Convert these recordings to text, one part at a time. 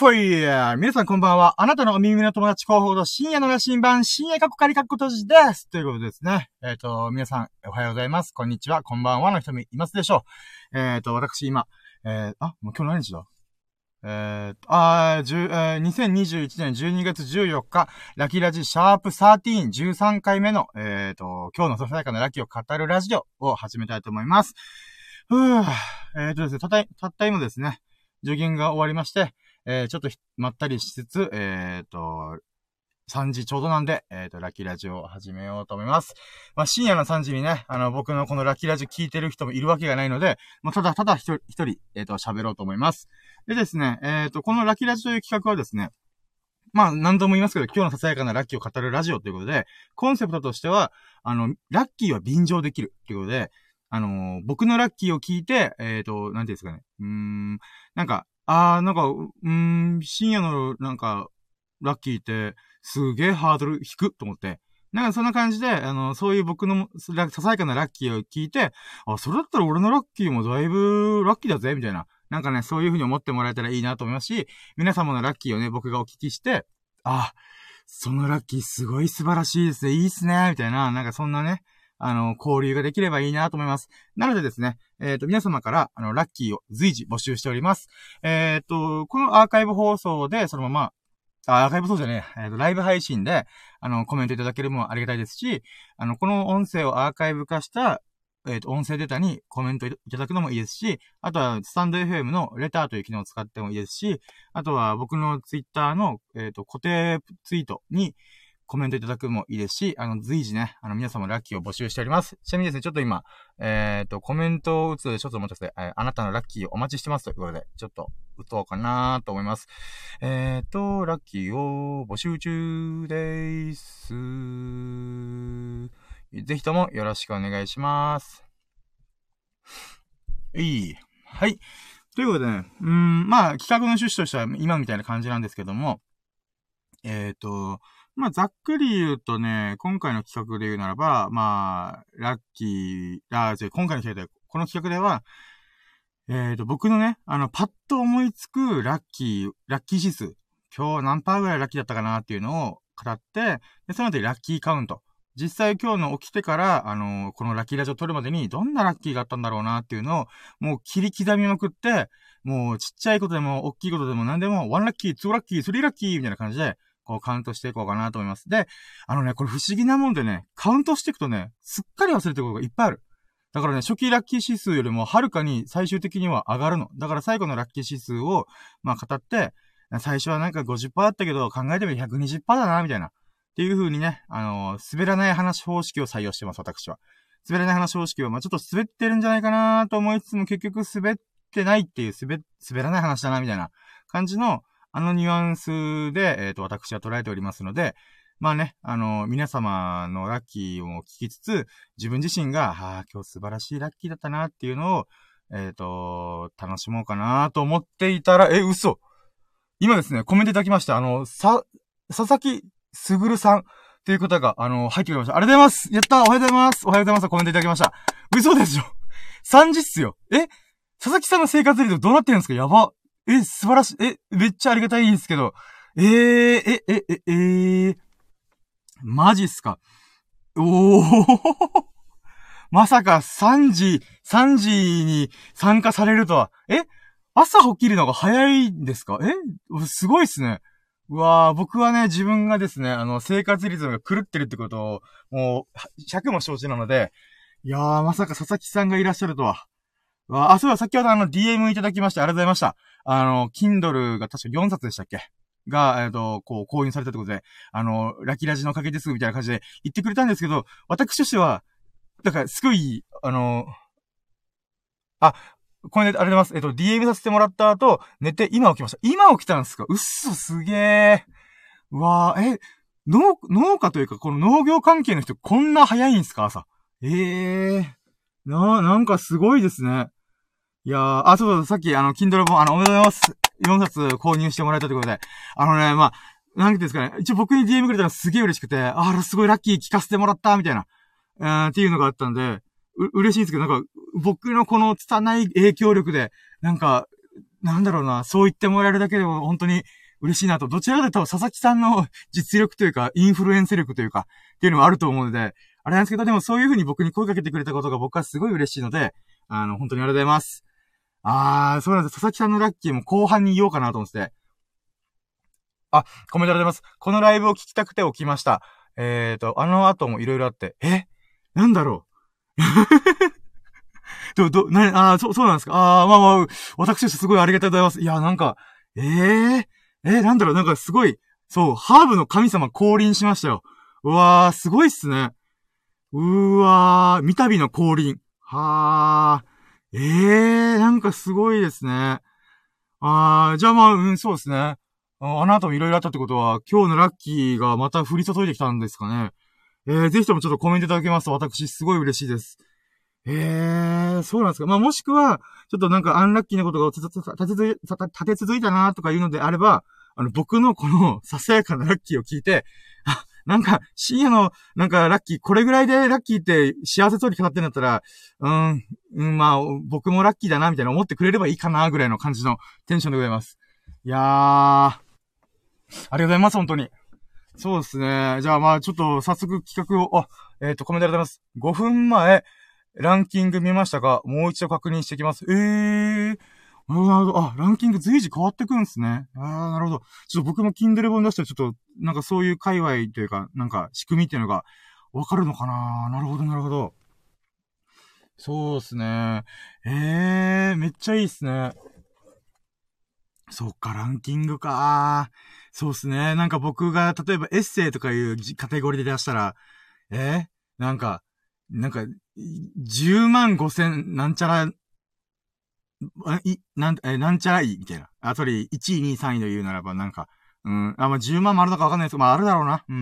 フォイ皆さんこんばんは。あなたのお耳の友達広報の深夜の羅針盤、深夜かっこかりかっこ閉じです。ということですね。皆さんおはようございます。こんにちは。こんばんはの人もいますでしょう。私今、もう今日何日だ2021年12月14日、ラキラジシャープ13、13回目の、今日のささやかなラキを語るラジオを始めたいと思います。ですね、たった今ですね、ジョギングが終わりまして、ちょっとまったりしつつ、3時ちょうどなんで、ラキラジを始めようと思います。まあ、深夜の3時にね、僕のこのラキラジ聞いてる人もいるわけがないので、まあ、ただ一人、喋ろうと思います。でですね、このラキラジという企画はですね、まあ、何度も言いますけど、今日のささやかなラッキーを語るラジオということで、コンセプトとしては、ラッキーは便乗できるということで、僕のラッキーを聞いて、なんていうんですかね、深夜のラッキーって、すげえハードル低くと思って、そんな感じで、そういう僕のささやかなラッキーを聞いて、それだったら俺のラッキーもだいぶラッキーだぜ、みたいな。そういう風に思ってもらえたらいいなと思いますし、皆様のラッキーをね、僕がお聞きして、そのラッキーすごい素晴らしいですね、いいっすね、みたいな、そんなね、交流ができればいいなと思います。なのでですね、皆様から、ラッキーを随時募集しております。このアーカイブ放送で、そのまま、アーカイブ放送じゃねえ、ライブ配信で、コメントいただけるもありがたいですし、この音声をアーカイブ化した、音声データにコメントいただくのもいいですし、あとは、スタンド FM のレターという機能を使ってもいいですし、あとは、僕のツイッターの、固定ツイートにコメントいただくもいいですし、随時ね、皆様ラッキーを募集しております。ちなみにですね、ちょっと今、コメントを打つので、ちょっとお待ちください。あなたのラッキーをお待ちしてますということで、ちょっと、打とうかなと思います。ラッキーを募集中でーす。ぜひともよろしくお願いします。はい。ということでね、まあ、企画の趣旨としては今みたいな感じなんですけども、まあ、ざっくり言うとね、今回の企画で言うならば、まあ、今回の企画で、この企画では、僕のね、パッと思いつくラッキー指数、今日何パーぐらいラッキーだったかなっていうのを語って、で、その後でラッキーカウント。実際今日の起きてから、このラッキーラジオを撮るまでにどんなラッキーがあったんだろうなっていうのを、もう切り刻みまくって、もうちっちゃいことでも、大きいことでも何でも、1ラッキー、2ラッキー、3ラッキーみたいな感じで、こうカウントしていこうかなと思います。で、これ不思議なもんでね、カウントしていくとね、すっかり忘れてることがいっぱいある。だからね、初期ラッキー指数よりもはるかに最終的には上がるの。だから最後のラッキー指数を、まあ語って、最初は50% だったけど、考えてみれば 120% だな、みたいな。っていう風にね、滑らない話方式を採用してます、私は。滑らない話方式は、まあちょっと滑ってるんじゃないかなと思いつつも、結局滑ってないっていう、滑らない話だな、みたいな感じの、ニュアンスで、私は捉えておりますので、まあね、皆様のラッキーを聞きつつ、自分自身が、今日素晴らしいラッキーだったなっていうのを、楽しもうかなと思っていたら、嘘。今ですね、コメントいただきました。佐々木すぐるさんっていう方が、入ってくれました。ありがとうございます。やったー、おはようございます。おはようございます。コメントいただきました。嘘でしょ。3時っすよ。佐々木さんの生活リードどうなってるんですか？やば。素晴らしい。めっちゃありがたいんですけど。マジっすか。まさか3時に参加されるとは。朝起きるのが早いんですか？すごいっすね。うわー、僕はね、自分がですね、生活リズムが狂ってるってことを、もう、100も承知なので、いやー、まさか佐々木さんがいらっしゃるとは。そうだ、先ほどDM いただきまして、ありがとうございました。Kindle が確か4冊でしたっけが、こう、購入されたってことで、ラキラジのおかげです、みたいな感じで言ってくれたんですけど、私としては、だから、すごい、これで、ありがとうございます。DM させてもらった後、寝て、今起きました。今起きたんですか？うっそ、すげー。うわー、農家というか、この農業関係の人、こんな早いんですか？朝。なんかすごいですね。いやー、そう、さっき、Kindle 本、おめでとうございます。4冊購入してもらえたということで。まあ、なんていうんですかね。一応僕に DM くれたのすげえ嬉しくて、すごいラッキー聞かせてもらった、みたいな。っていうのがあったんで、嬉しいんですけど、僕のこの拙い影響力で、 なんだろうな、そう言ってもらえるだけでも本当に嬉しいなと。どちらかというと佐々木さんの実力というか、インフルエンス力というか、っていうのもあると思うので、あれなんですけど、でもそういう風に僕に声かけてくれたことが僕はすごい嬉しいので、本当にありがとうございます。そうなんです。佐々木さんのラッキーも後半に言おうかなと思ってて。あ、コメントありがとうございます。このライブを聞きたくて起きました。あの後もいろいろあって、なんだろう。そうなんですか。私すごいありがとうございます。いや、なんか、なんだろう、なんかすごい、そう、ハーブの神様降臨しましたよ。うわー、すごいっすね。うわー、三度の降臨。はー、なんかすごいですね。じゃあそうですね。あの後もいろいろあったってことは、今日のラッキーがまた降り注いできたんですかね。ぜひともちょっとコメントいただけますと私すごい嬉しいです。そうなんですか。もしくは、ちょっとなんかアンラッキーなことが立て続いたなとかいうのであれば、僕のこのささやかなラッキーを聞いて、なんか、深夜の、なんか、ラッキー、これぐらいでラッキーって幸せそうに語ってんだったら、僕もラッキーだな、みたいな思ってくれればいいかな、ぐらいの感じのテンションでございます。いやー、ありがとうございます、本当に。そうですね。じゃあちょっと早速企画を、コメントありがとうございます。5分前、ランキング見ましたが、もう一度確認してきます。なるほど。ランキング随時変わってくんですね。なるほど。ちょっと僕も Kindle 本出して、ちょっと、なんかそういう界隈というか、なんか仕組みっていうのがわかるのかな。なるほど、なるほど。そうですね。めっちゃいいっすね。そっか、ランキングか。そうっすね。なんか僕が、例えばエッセイとかいうカテゴリーで出したら、なんか、10万5千なんちゃら、なんちゃらいいみたいな。それ、1位、2位、3位の言うならば、なんか、10万もあるのかわかんないですけど、あるだろうな。うん。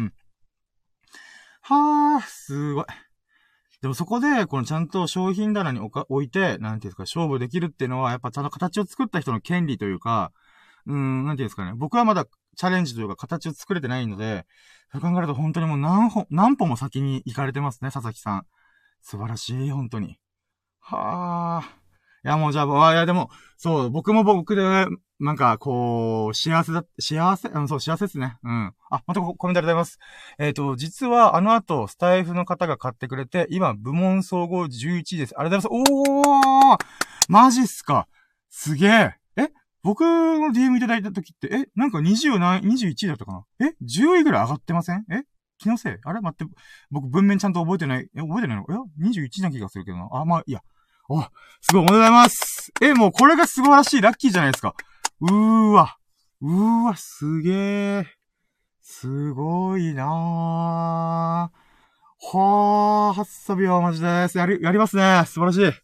すごい。でもそこで、このちゃんと商品棚に置いて、なんていうんですか、勝負できるっていうのは、やっぱちゃんと形を作った人の権利というか、なんていうんですかね。僕はまだチャレンジというか形を作れてないので、そう考えると本当にもう何歩も先に行かれてますね、佐々木さん。素晴らしい、本当に。いや、もうじゃあ、いや、でも、そう、僕も僕で、なんか、こう、幸せ、そう、幸せですね。うん。またコメントありがとうございます。実は、あの後、スタイフの方が買ってくれて、今、部門総合11位です。ありがとうございます。マジっすか。すげえ。僕の DM いただいた時って、なんか21位だったかな10位ぐらい上がってません気のせいあれ待って、僕文面ちゃんと覚えてない。覚えてないの?21 な気がするけどな。いや。すごい、おめでとうございます。もうこれが素晴らしい、ラッキーじゃないですか。うーわ、すげー。すごいなー。ハッサビはマジです。やりますね。素晴らしい。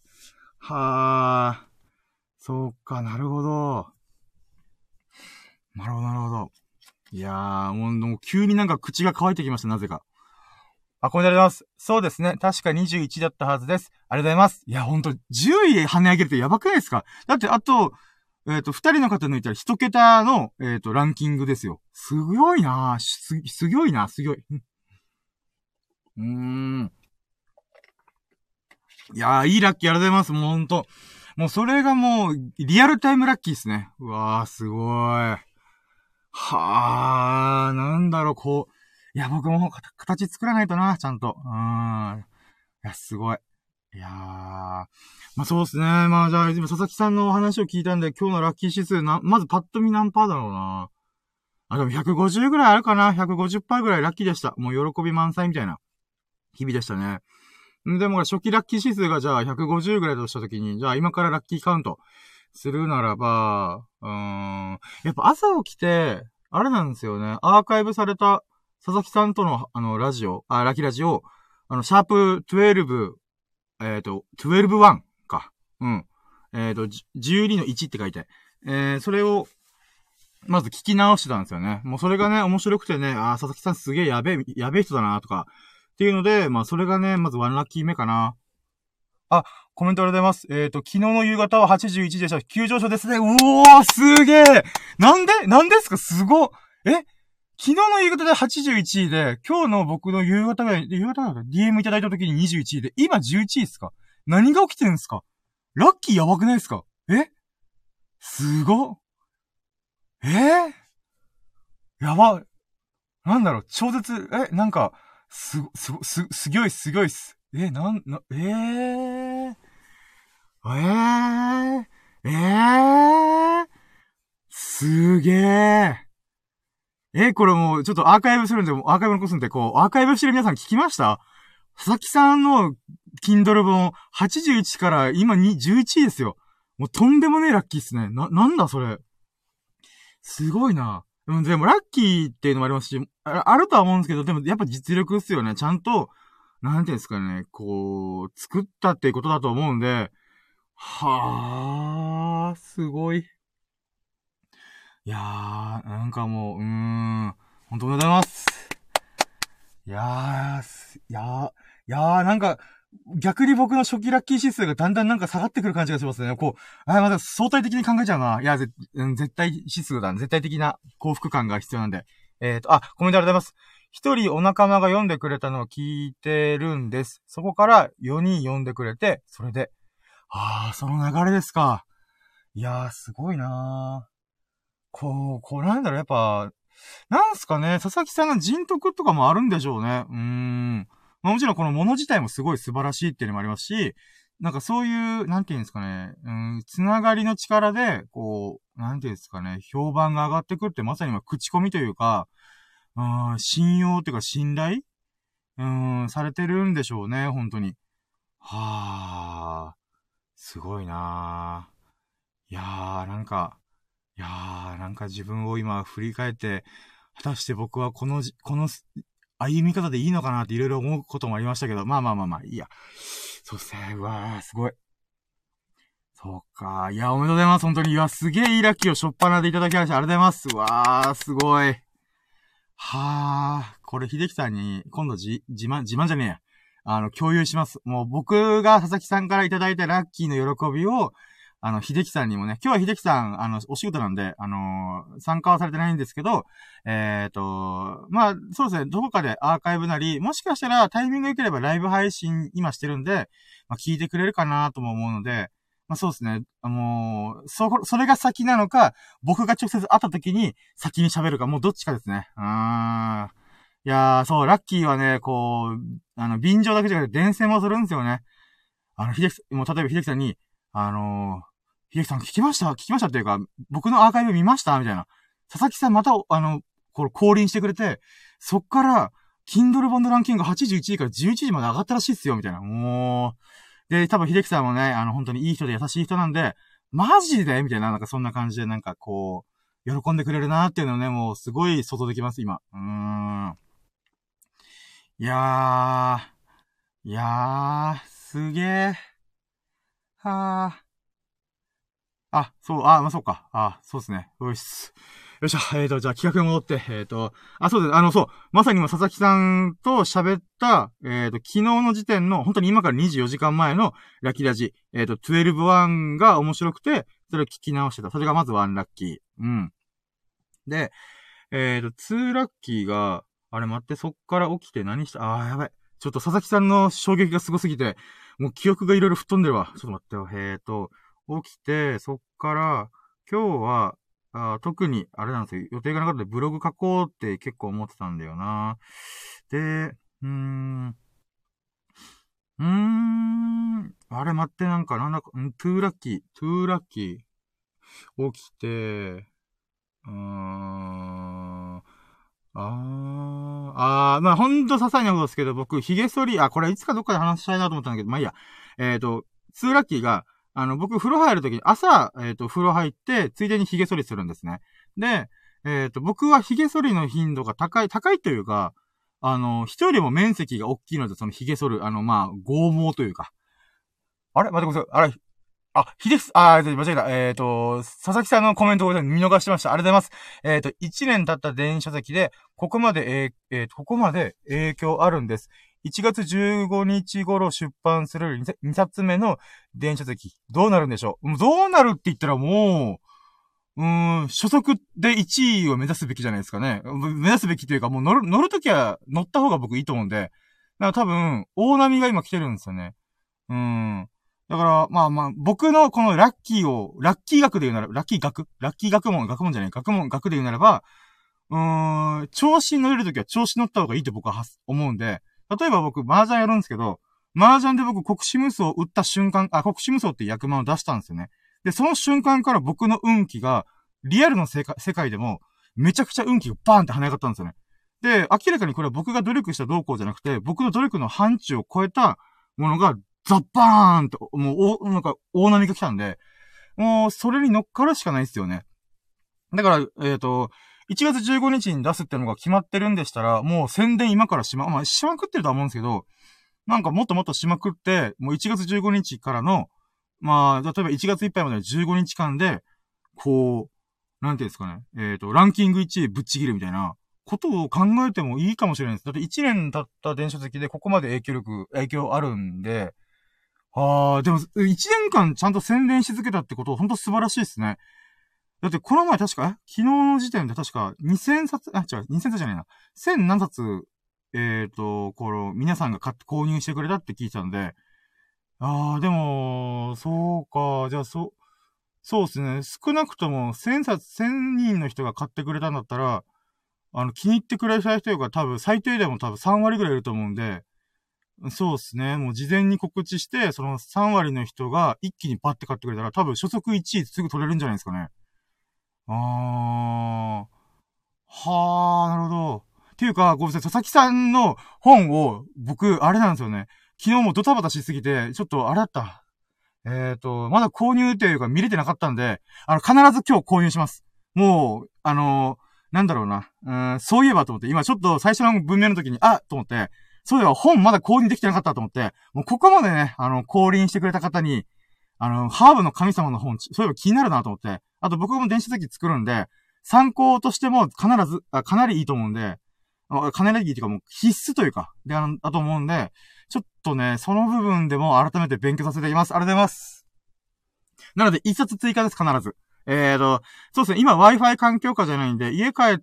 そうか、なるほど。なるほど。いやー、もう急になんか口が乾いてきました、なぜか。コメントありがとうございます。そうですね。確か21だったはずです。ありがとうございます。いや、ほんと、10位跳ね上げるってやばくないですか？だって、あと、2人の方抜いたら1桁の、ランキングですよ。すごいなすごいなすごい。いやー、いいラッキーありがとうございます。もうほんと。もうそれがもう、リアルタイムラッキーですね。うわー、すごい。なんだろう、こう。いや、僕も形作らないとな、ちゃんと。いや、すごい。いやそうですね。じゃあ、佐々木さんのお話を聞いたんで、今日のラッキー指数まずパッと見何パーだろうな。でも150ぐらいあるかな。150%ぐらいラッキーでした。もう喜び満載みたいな日々でしたね。でも初期ラッキー指数がじゃあ150ぐらいとしたときに、じゃあ今からラッキーカウントするならば、やっぱ朝起きて、あれなんですよね。アーカイブされた佐々木さんとのラジオ、ラッキーラジオ、シャープ12、12-1か。うん。12の1って書いて。それを、まず聞き直してたんですよね。もうそれがね、面白くてね、佐々木さんすげえやべえ人だな、とか。っていうので、それがね、まずワンラッキー目かな。コメントありがとうございます。昨日の夕方は81でした。急上昇ですね。うおー、すげえなんですかすご昨日の夕方で81位で、今日の僕の夕方だ DM いただいた時に21位で、今11位ですか何が起きてるんですかラッキーやばくないですかすごっ。やば。なんだろう、超絶、なんか、すごいっす、すごいっす。えー、えー、すげー。これもう、ちょっとアーカイブするんで、アーカイブ残すんで、こう、アーカイブしてる皆さん聞きました？佐々木さんの Kindle 本81から今に11位ですよ。もうとんでもねえラッキーっすね。なんだそれ。すごいな。でもラッキーっていうのもありますし、あるとは思うんですけど、でもやっぱ実力っすよね。ちゃんと、なんていうんですかね、こう、作ったっていうことだと思うんで、はー、すごい。いやー、なんかもう、本当おめでとうございます。いやー、なんか、逆に僕の初期ラッキー指数がだんだんなんか下がってくる感じがしますね。こう、また相対的に考えちゃうな。いや、絶対指数だ。絶対的な幸福感が必要なんで。コメントありがとうございます。一人お仲間が読んでくれたのを聞いてるんです。そこから4人読んでくれて、それで、その流れですか。いやー、すごいなー。なんだろう、やっぱ、なんすかね、佐々木さんの人徳とかもあるんでしょうね。もちろんこのもの自体もすごい素晴らしいっていうのもありますし、なんかそういう、なんていうんですかね、つながりの力で、こう、なんていうんですかね、評判が上がってくるってまさに口コミというか、信用っていうか信頼されてるんでしょうね、本当に。はあ、すごいなぁ。なんか自分を今振り返って、果たして僕はこの歩み方でいいのかなっていろいろ思うこともありましたけど、まあ、いいや。そうっすね、うわー、すごい。そうか。いや、おめでとうございます。本当に。いや、すげえいいラッキーをしょっぱなでいただきました。ありがとうございます。うわー、すごい。はー、これ、秀樹さんに、今度自慢じゃねえや。共有します。もう僕が佐々木さんからいただいたラッキーの喜びを、秀樹さんにもね、今日は秀樹さん、お仕事なんで、参加はされてないんですけど、まあ、そうですね、どこかでアーカイブなり、もしかしたらタイミング良ければライブ配信今してるんで、まあ、聞いてくれるかなとも思うので、まあそうですね、それが先なのか、僕が直接会った時に先に喋るか、もうどっちかですね。いやー、そう、ラッキーはね、こう、便乗だけじゃなくて伝染もするんですよね。もう例えば秀樹さんに、秀樹さん聞きましたっていうか、僕のアーカイブ見ましたみたいな。佐々木さんまた、これ降臨してくれて、そっから、Kindle 本のランキングが81位から11時まで上がったらしいっすよ、みたいな。もう、で、多分秀樹さんもね、本当にいい人で優しい人なんで、マジでみたいな、なんかそんな感じで、なんかこう、喜んでくれるなーっていうのをね、もうすごい想像できます、今。いやすげー。はー。まあ、そうか。そうですね。よしっす。よっしゃ、じゃあ企画に戻って、そうです。そう。まさに今、佐々木さんと喋った、昨日の時点の、本当に今から24時間前のラッキーラジ、12-1が面白くて、それを聞き直してた。それがまず1ラッキー。うん。で、2ラッキーが、あれ待って、そっから起きて何した？やばい。ちょっと佐々木さんの衝撃がすごすぎて、もう記憶がいろいろ吹っ飛んでるわ。ちょっと待ってよ。起きて、そっから、今日は、特に、あれなんですよ。予定がなかったんでブログ書こうって結構思ってたんだよな。で、あれ待って、なんだか、トゥーラッキー、起きて、うーん、まあ、ほんと些細なことですけど、僕、髭剃り、これいつかどっかで話したいなと思ったんだけど、まあいいや。ツーラッキーが、僕、風呂入るときに、朝、風呂入って、ついでに髭剃りするんですね。で、僕は髭剃りの頻度が高いというか、人よりも面積が大きいので、その髭剃る、まあ、剛毛というか。あれ待ってください。あれ間違えた。佐々木さんのコメントを見逃してました。ありがとうございます。1年経った電子書籍で、ここまで影響あるんです。1月15日頃出版する2冊目の電子書籍。どうなるんでしょう？どうなるって言ったらもう、初速で1位を目指すべきじゃないですかね。目指すべきというか、もう乗るときは乗った方が僕いいと思うんで。多分、大波が今来てるんですよね。 だから、まあまあ、僕のこのラッキー学で言うなら、ラッキー学問じゃない、学で言うならば、調子に乗れるときは調子乗った方がいいって僕は思うんで、例えば僕、麻雀やるんですけど、麻雀で僕、国士無双を打った瞬間、国士無双っていう役満を出したんですよね。で、その瞬間から僕の運気が、リアルの世界でも、めちゃくちゃ運気がバーンって跳ね上がったんですよね。で、明らかにこれは僕が努力した動向じゃなくて、僕の努力の範疇を超えたものが、ザッバーンと、もう、なんか、大波が来たんで、もう、それに乗っかるしかないですよね。だから、1月15日に出すってのが決まってるんでしたら、もう宣伝今からしまくってるとは思うんですけど、なんかもっともっとしまくって、もう1月15日からの、まあ、例えば1月いっぱいまでの15日間で、こう、なんていうんですかね、ランキング1位ぶっちぎるみたいなことを考えてもいいかもしれないです。だって1年経った電車好きでここまで影響あるんで、でも、1年間ちゃんと宣伝し続けたってこと、ほんと素晴らしいですね。だってこの前確か、昨日の時点で確か2000冊、2000冊じゃないな。1000何冊、この、皆さんが購入してくれたって聞いたんで、でも、そうか、じゃあそうですね。少なくとも1000人の人が買ってくれたんだったら、気に入ってくれた人が多分、最低でも多分3割ぐらいいると思うんで、そうですね。もう事前に告知して、その3割の人が一気にパッて買ってくれたら、多分初速1位すぐ取れるんじゃないですかね。なるほど。っていうか、ごめんなさい、佐々木さんの本を、僕、あれなんですよね。昨日もドタバタしすぎて、ちょっとあれだった。まだ購入というか見れてなかったんで、必ず今日購入します。もう、なんだろうな。そういえばと思って、今ちょっと最初の文明の時に、と思って、そういえば本まだ購入できてなかったと思って、もうここまでね、降臨してくれた方に、ハーブの神様の本、そういえば気になるなと思って、あと僕も電子書籍作るんで、参考としても必ず、かなりいいと思うんで、かなりいいというかもう必須というか、で、だと思うんで、ちょっとね、その部分でも改めて勉強させていただきます。ありがとうございます。なので、一冊追加です、必ず。そうですね、今 Wi-Fi 環境下じゃないんで、家帰って、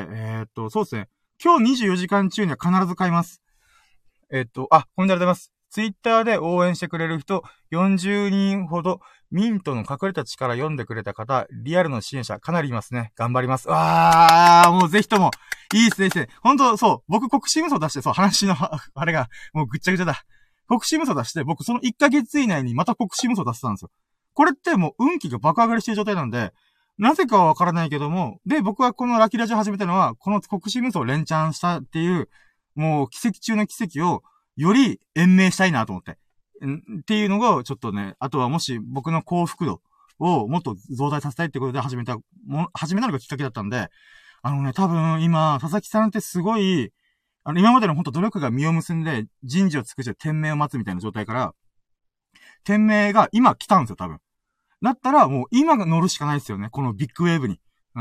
そうですね、今日24時間中には必ず買います。コメントありがとうございます。ツイッターで応援してくれる人、40人ほど、ミントの隠れた力読んでくれた方、リアルの支援者、かなりいますね。頑張ります。もうぜひとも、いいですね、いいですね。本当そう、僕国士無双出して、そう、話の、あれが、もうぐっちゃぐちゃだ。国士無双出して、僕その1ヶ月以内にまた国士無双出してたんですよ。これってもう運気が爆上がりしてる状態なんで、なぜかはわからないけども、で、僕はこのラキラジオ始めたのは、この国士無双を連チャンしたっていう、もう奇跡中の奇跡を、より延命したいなと思って。っていうのが、ちょっとね、あとはもし僕の幸福度をもっと増大させたいってことで始めたのがきっかけだったんで、多分今、佐々木さんってすごい、今までの本当努力が実を結んで人事を尽くして天命を待つみたいな状態から、天命が今来たんですよ、多分。だったらもう今が乗るしかないですよね、このビッグウェーブに。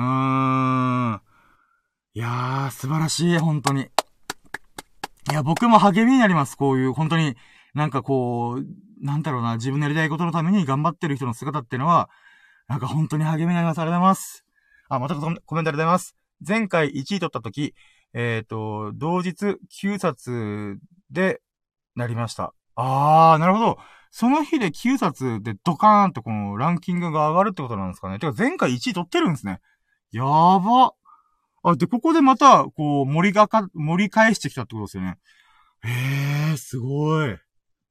いやー、素晴らしい、本当に。いや、僕も励みになります。こういう、本当に、なんかこう、なんだろうな、自分のやりたいことのために頑張ってる人の姿っていうのは、なんか本当に励みになります。ありがとうございます。またコメントありがとうございます。前回1位取った時、同日9冊でなりました。なるほど。その日で9冊でドカーンとこのランキングが上がるってことなんですかね。てか前回1位取ってるんですね。やば。で、ここでまた、こう、盛り返してきたってことですよね。すごい。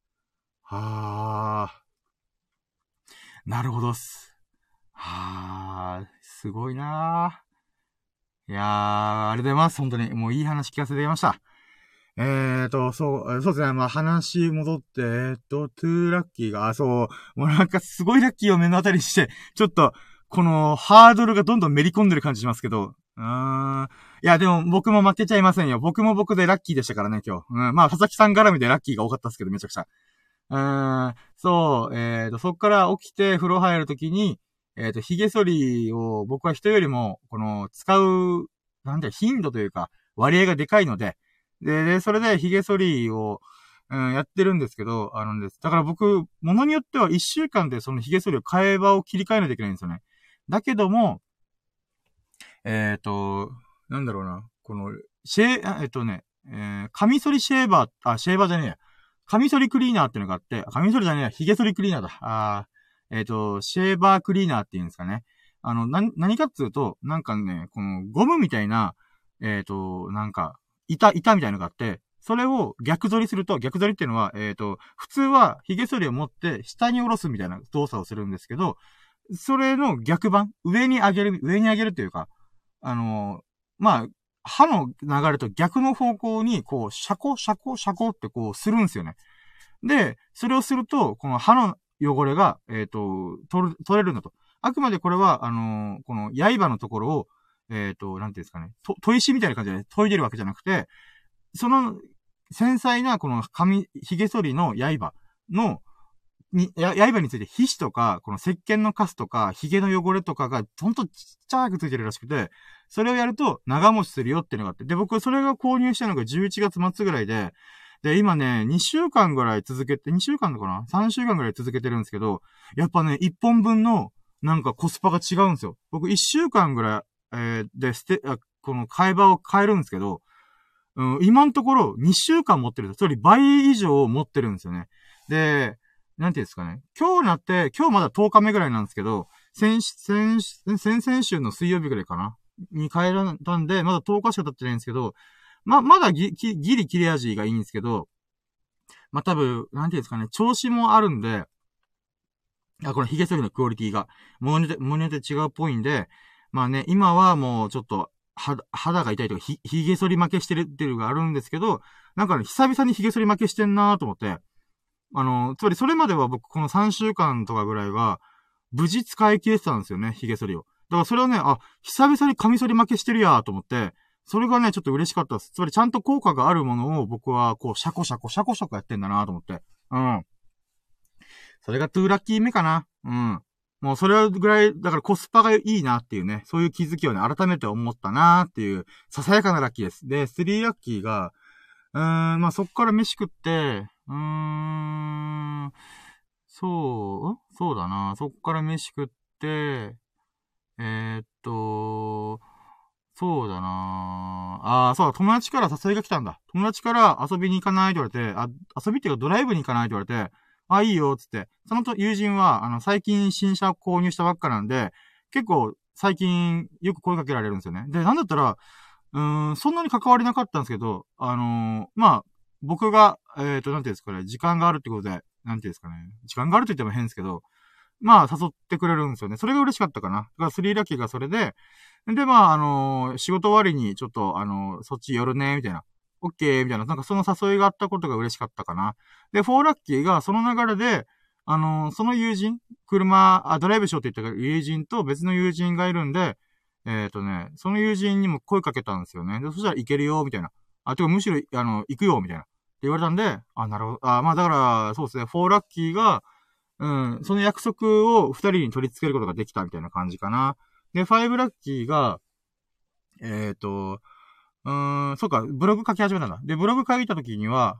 なるほどっす。すごいなー。いやー、ありがとうございます。本当に。もういい話聞かせていただきました。そうですね。まあ、話戻って、トゥーラッキーが、もうなんかすごいラッキーを目の当たりにして、ちょっと、このハードルがどんどんめり込んでる感じしますけど、いや、でも僕も負けちゃいませんよ。僕も僕でラッキーでしたからね、今日。まあ、佐々木さん絡みでラッキーが多かったですけど、めちゃくちゃ。そう、そっから起きて風呂入るときに、髭剃りを僕は人よりも、この、使う、頻度というか、割合がでかいので、で、それで髭剃りを、やってるんですけど、だから僕、ものによっては1週間でその髭剃りを替え刃を切り替えないといけないんですよね。だけども、なんだろうな、この、カミソリシェーバー、シェーバーじゃねえや。 カミソリクリーナーっていうのがあって、カミソリじゃねえや、髭剃りクリーナーだ。シェーバークリーナーっていうんですかね。何かっつうと、なんかね、このゴムみたいな、なんか、板みたいなのがあって、それを逆反りすると、逆反りっていうのは、普通は髭剃りを持って下に下ろすみたいな動作をするんですけど、それの逆版、上に上げるっていうか、まあ、刃の流れと逆の方向に、こう、シャコってこうするんですよね。で、それをすると、この刃の汚れが、取れるんだと。あくまでこれは、この刃のところを、なんていうんですかね、砥石みたいな感じで研いでるわけじゃなくて、その、繊細なこの髭剃りの刃の、刃について皮脂とか、この石鹸のカスとか、髭の汚れとかが、ほんとちっちゃくついてるらしくて、それをやると長持ちするよっていうのがあって、で、僕それが購入したのが11月末ぐらいで、で、今ね、2週間ぐらい続けて、2週間かな ?3 週間ぐらい続けてるんですけど、やっぱね、1本分の、なんかコスパが違うんですよ。僕1週間ぐらい、で、この替え刃を変えるんですけど、今のところ2週間持ってるんですよ。それ倍以上持ってるんですよね。で、なんていうんですかね。今日まだ10日目ぐらいなんですけど、先々週の水曜日ぐらいかなに変えられたんで、まだ10日しか経ってないんですけど、まだギリ切れ味がいいんですけど、多分、なんていうんですかね、調子もあるんで、この髭剃りのクオリティが、ものによって違うっぽいんで、まあね、今はもうちょっと、肌が痛いとか、髭剃り負けしてるっていうのがあるんですけど、なんかね、久々に髭剃り負けしてんなーと思って、つまりそれまでは僕この3週間とかぐらいは、無事使い切れてたんですよね、髭剃りを。だからそれはね、久々にカミソリ負けしてるやーと思って、それがね、ちょっと嬉しかったです。つまりちゃんと効果があるものを僕はこう、シャコシャコやってんだなーと思って。うん。それがトゥーラッキー目かな。うん。もうそれぐらい、だからコスパがいいなっていうね、そういう気づきをね、改めて思ったなーっていう、ささやかなラッキーです。で、スリーラッキーが、そっから飯食って、そうだな。そっから飯食って、そうだな。そうだ、友達から誘いが来たんだ。友達から遊びに行かないと言われて、遊びっていうかドライブに行かないと言われて、いいよ、つって。その友人は、最近新車を購入したばっかなんで、結構、最近、よく声かけられるんですよね。で、なんだったら、そんなに関わりなかったんですけど、僕が、なんていうんですかね、時間があるってことで、なんていうんですかね、時間があると言っても変ですけど、誘ってくれるんですよね。それが嬉しかったかな。だからスリーラッキーがそれで、で、仕事終わりにちょっと、そっち寄るね、みたいな。オッケー、みたいな。なんかその誘いがあったことが嬉しかったかな。で、フォーラッキーがその流れで、その友人、ドライブしようって言った友人と別の友人がいるんで、その友人にも声かけたんですよね。で、そしたら行けるよ、みたいな。てかむしろ、行くよ、みたいな。って言われたんで、なるほど。だから、そうですね、フォーラッキーが、その約束を二人に取り付けることができたみたいな感じかな。で、ファイブラッキーが、そうか、ブログ書き始めたんだ。で、ブログ書いた時には、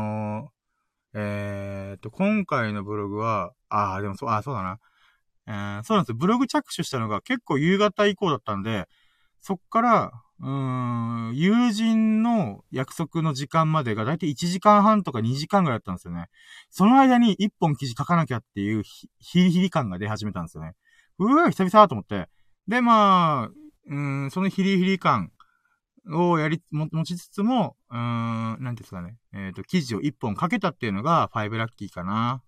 今回のブログは、でもそう、そうだな。そうなんですよ。ブログ着手したのが結構夕方以降だったんで、そっから、友人の約束の時間までがだいたい1時間半とか2時間ぐらいだったんですよね。その間に1本記事書かなきゃっていうヒリヒリ感が出始めたんですよね。久々と思って。で、そのヒリヒリ感を持ちつつも、なんていうんですかね。記事を1本書けたっていうのが5ラッキーかな。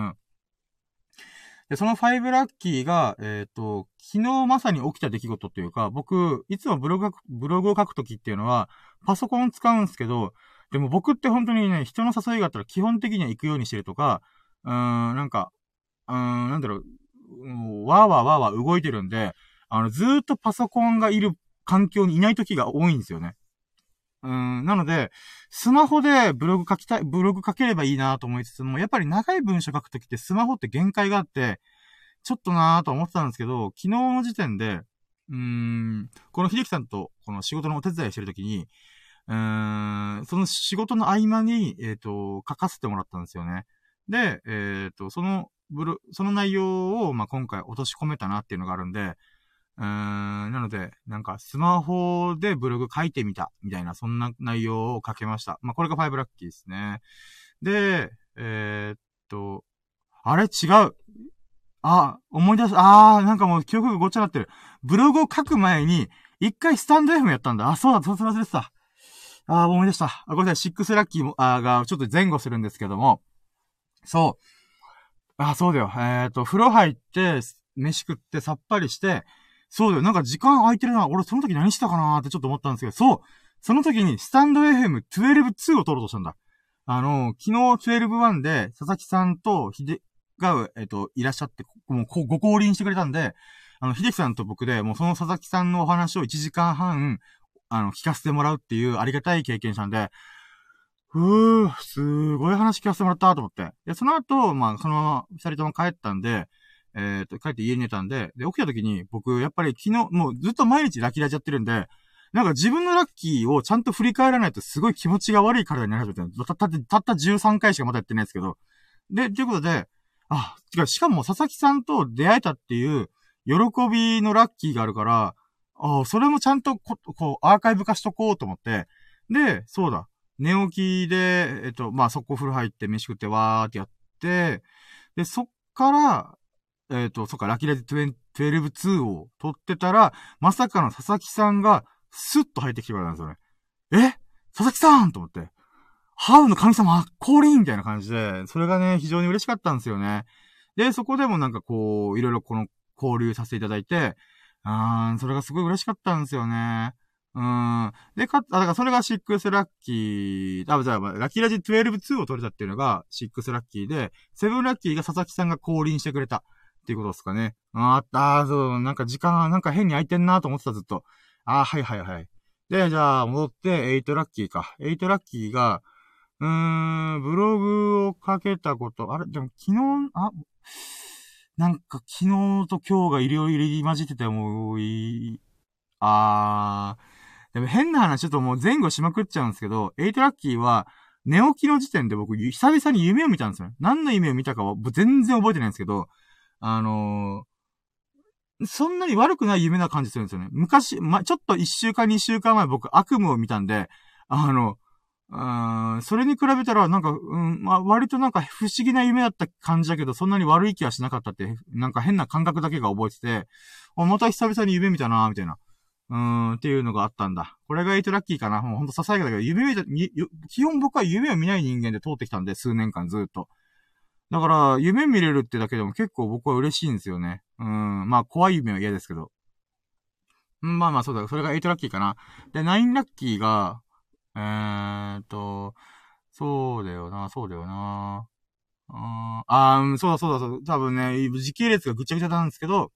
で、その5ラッキーが、昨日まさに起きた出来事っていうか、僕、いつもブログを書くときっていうのは、パソコン使うんですけど、でも僕って本当にね、人の誘いがあったら基本的には行くようにしてるとか、なんだろう、わーわー動いてるんで、ずーっとパソコンがいる環境にいないときが多いんですよね。なので、スマホでブログ書ければいいなと思いつつも、やっぱり長い文章書くときってスマホって限界があって、ちょっとなぁと思ってたんですけど、昨日の時点で、この秀樹さんとこの仕事のお手伝いしてるときに、その仕事の合間に、書かせてもらったんですよね。で、その内容を、今回落とし込めたなっていうのがあるんで、なので、なんか、スマホでブログ書いてみた、みたいな、そんな内容を書けました。これが5ラッキーですね。 で、あれ違う。思い出す。なんかもう記憶がごっちゃになってる。ブログを書く前に、一回スタンド FM やったんだ。そうだ、それ忘れてた。思い出した。ごめんなさい、シックスラッキーも、が、ちょっと前後するんですけども、そう。そうだよ。風呂入って、飯食ってさっぱりして、そうだよ。なんか時間空いてるな。俺その時何したかなーってちょっと思ったんですけど、そう。その時にスタンド FM12-2 を撮ろうとしたんだ。昨日12-1で佐々木さんとが、いらっしゃって、もうご降臨してくれたんで、秀樹さんと僕で、もうその佐々木さんのお話を1時間半、聞かせてもらうっていうありがたい経験したんで、すごい話聞かせてもらったと思って。で、その後、まあ、そのまま二人とも帰ったんで、帰って家に寝たんで、で、起きた時に、僕、やっぱり昨日、もうずっと毎日ラッキーラジやってるんで、なんか自分のラッキーをちゃんと振り返らないとすごい気持ちが悪い体になり始めてる。たった13回しかまだやってないですけど。で、ということで、しかも佐々木さんと出会えたっていう喜びのラッキーがあるから、それもちゃんとアーカイブ化しとこうと思って、で、そうだ。寝起きで、まあ、速攻風呂入って飯食ってわーってやって、で、そっから、そっか、ラッキーラジ12-2を撮ってたら、まさかの佐々木さんが、スッと入ってきてくれたんですよね。佐々木さんと思って。ハウの神様、降臨みたいな感じで、それがね、非常に嬉しかったんですよね。で、そこでもなんかこう、いろいろこの交流させていただいて、それがすごい嬉しかったんですよね。で、だからそれが6ラッキー、じゃあ、ラッキーラジ12-2を取れたっていうのが6ラッキーで、7ラッキーが佐々木さんが降臨してくれたっていうことですかね。そう、なんか時間、なんか変に空いてんなと思ってた、ずっと。はいはいはい。で、じゃあ、戻って8ラッキーか。8ラッキーが、ブログを書けたこと、でも昨日、なんか昨日と今日がいろいろ入り混じっててもうでも変な話ちょっともう前後しまくっちゃうんですけど、8ラッキーは、寝起きの時点で僕、久々に夢を見たんですよ。何の夢を見たかは全然覚えてないんですけど、そんなに悪くない夢な感じするんですよね。昔、ちょっと1週間2週間前僕悪夢を見たんで、それに比べたら、なんか、割となんか不思議な夢だった感じだけど、そんなに悪い気はしなかったって、なんか変な感覚だけが覚えてて、また久々に夢見たなみたいな。っていうのがあったんだ。これが8ラッキーかな。もうほんとささやかだけど、基本僕は夢を見ない人間で通ってきたんで、数年間ずっと。だから、夢見れるってだけでも結構僕は嬉しいんですよね。まあ怖い夢は嫌ですけど。まあまあそうだ。それが8ラッキーかな。で、9ラッキーが、そうだよな、そうだよな。そうだ。多分ね、時系列がぐちゃぐちゃなんですけど、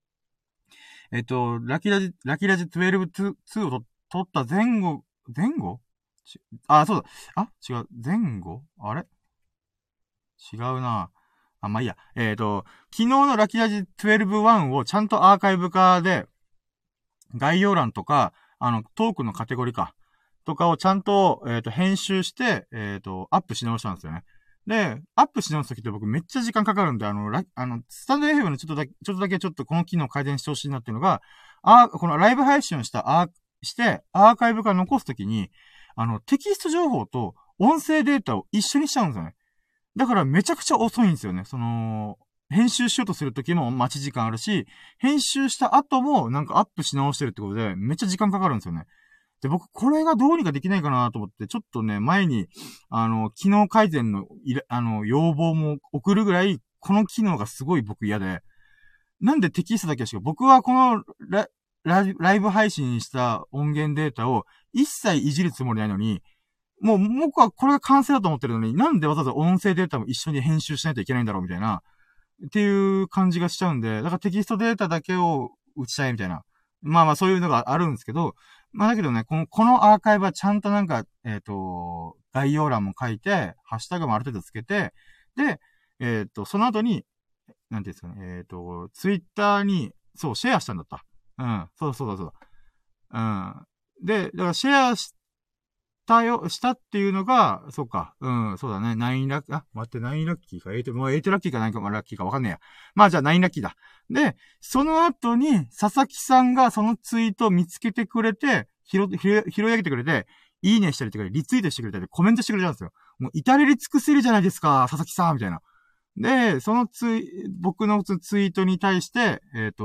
ラキラジ12-2を取った前後そうだ。違う。前後あれ違うな。まあ、いいや。昨日のラキラジ12-1をちゃんとアーカイブ化で、概要欄とか、トークのカテゴリーか。とかをちゃんと、編集して、アップし直したんですよね。で、アップし直すときって僕めっちゃ時間かかるんで、スタンド FM のちょっとだけこの機能改善してほしいなっていうのが、このライブ配信をしてアーカイブ化残すときに、テキスト情報と音声データを一緒にしちゃうんですよね。だからめちゃくちゃ遅いんですよね。編集しようとするときも待ち時間あるし、編集した後もなんかアップし直してるってことで、めっちゃ時間かかるんですよね。で、僕、これがどうにかできないかなと思って、ちょっとね、前に、機能改善の要望も送るぐらい、この機能がすごい僕嫌で、なんでテキストだけしか、僕はこのライブ配信した音源データを一切いじるつもりないのに、もう僕はこれが完成だと思ってるのに、なんでわざわざ音声データも一緒に編集しないといけないんだろうみたいな、っていう感じがしちゃうんで、だからテキストデータだけを打ちたいみたいな。まあまあそういうのがあるんですけど、まあだけどね、このアーカイブはちゃんとなんか、概要欄も書いて、ハッシュタグもある程度つけて、で、その後に、なんていうんですかね、ツイッターに、そう、シェアしたんだった。そうだ。で、だからシェアしたっていうのが、そうか、そうだね、9ラッキー、待って、9ラッキーか、もう8ラッキーか9かラッキーかわかんねえや。まあじゃあ9ラッキーだ。で、その後に、佐々木さんがそのツイートを見つけてくれて、拾い上げてくれて、 いいねしたりとか、リツイートしてくれたり、コメントしてくれたんですよ。もう至れり尽くせるじゃないですか、佐々木さんみたいな。で、僕のツイートに対して、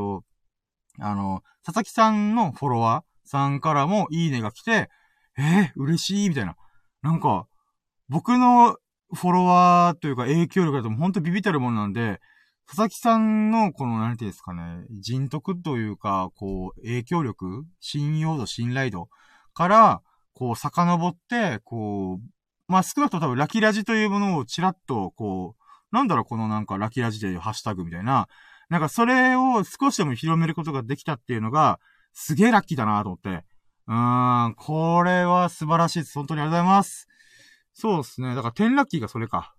佐々木さんのフォロワーさんからもいいねが来て、嬉しいみたいな。なんか、僕のフォロワーというか影響力だとほんとビビたるもんなんで、佐々木さんのこの、なんていうんですかね、人徳というか、こう、影響力信用度、信頼度から、こう、遡って、こう、まあ、少なくとも多分ラキラジというものをちらっと、こう、なんだろう、このなんかラキラジでいうハッシュタグみたいな、なんかそれを少しでも広めることができたっていうのが、すげえラッキーだなと思って。これは素晴らしいです。本当にありがとうございます。そうですね。だから10ラッキーがそれか。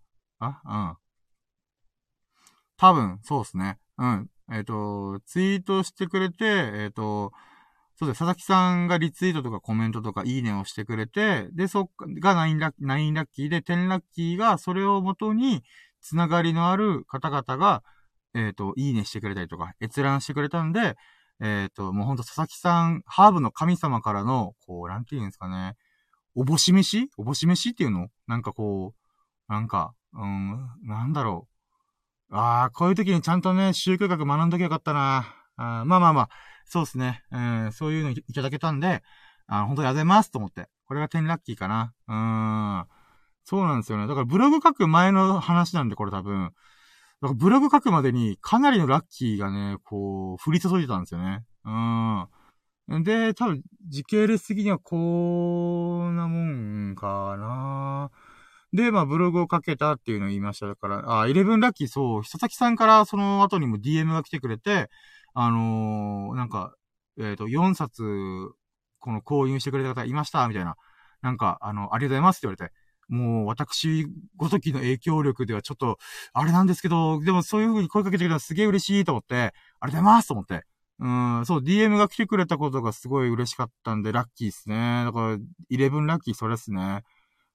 多分、そうですね。ツイートしてくれて、そうです。佐々木さんがリツイートとかコメントとかいいねをしてくれて、で、そっが9ラッキーで、10ラッキーがそれをもとに、つながりのある方々が、いいねしてくれたりとか、閲覧してくれたんで、もうほんと佐々木さん、ハーブの神様からの、こう、なんて言うんですかね、おぼし飯っていうのなんかこう、なんか、なんだろう。こういう時にちゃんとね、宗教学学んどきゃよかったな。まあまあまあ、そうですね。そういうのいただけたんで、本当にありがとうございますと思って。これが10ラッキーかな。そうなんですよね。だからブログ書く前の話なんで、これ多分。だからブログ書くまでにかなりのラッキーがね、こう、降り注いでたんですよね。で、多分、時系列的にはこんなもんかな。で、まあ、ブログを書けたっていうのを言いました。だから、11ラッキー、そう、佐々木さんからその後にも DM が来てくれて、なんか、4冊、この購入してくれた方いました、みたいな。なんか、ありがとうございますって言われて。もう、私ごときの影響力ではちょっと、あれなんですけど、でもそういう風に声かけてくれたのすげえ嬉しいと思って、ありがとうございますと思って。そう、DM が来てくれたことがすごい嬉しかったんで、ラッキーですね。だから、11ラッキーそれですね。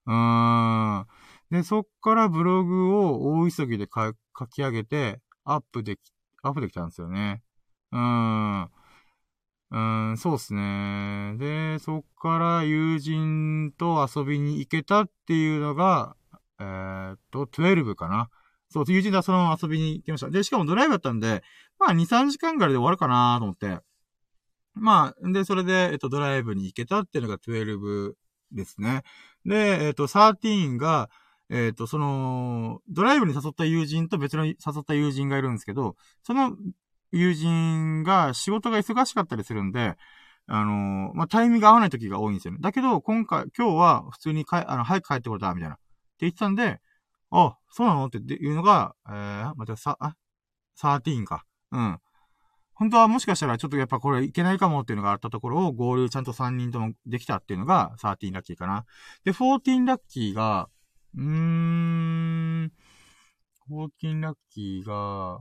で、そっからブログを大急ぎで書き上げて、アップできたんですよね。そうですね。で、そっから友人と遊びに行けたっていうのが、12かな。そう、友人とそのまま遊びに行きました。で、しかもドライブだったんで、まあ、2、3時間ぐらいで終わるかなと思って。まあ、で、それで、ドライブに行けたっていうのが12ですね。で、13が、ドライブに誘った友人と別の誘った友人がいるんですけど、その友人が仕事が忙しかったりするんで、まあ、タイミング合わない時が多いんですよね。だけど、今日は普通に早く帰ってこれた、みたいな。って言ってたんで、そうなのっていうのが、13か。うん。本当はもしかしたらちょっとやっぱこれいけないかもっていうのがあったところを合流ちゃんと3人ともできたっていうのが13ラッキーかな。で、14ラッキーが、14ラッキーが、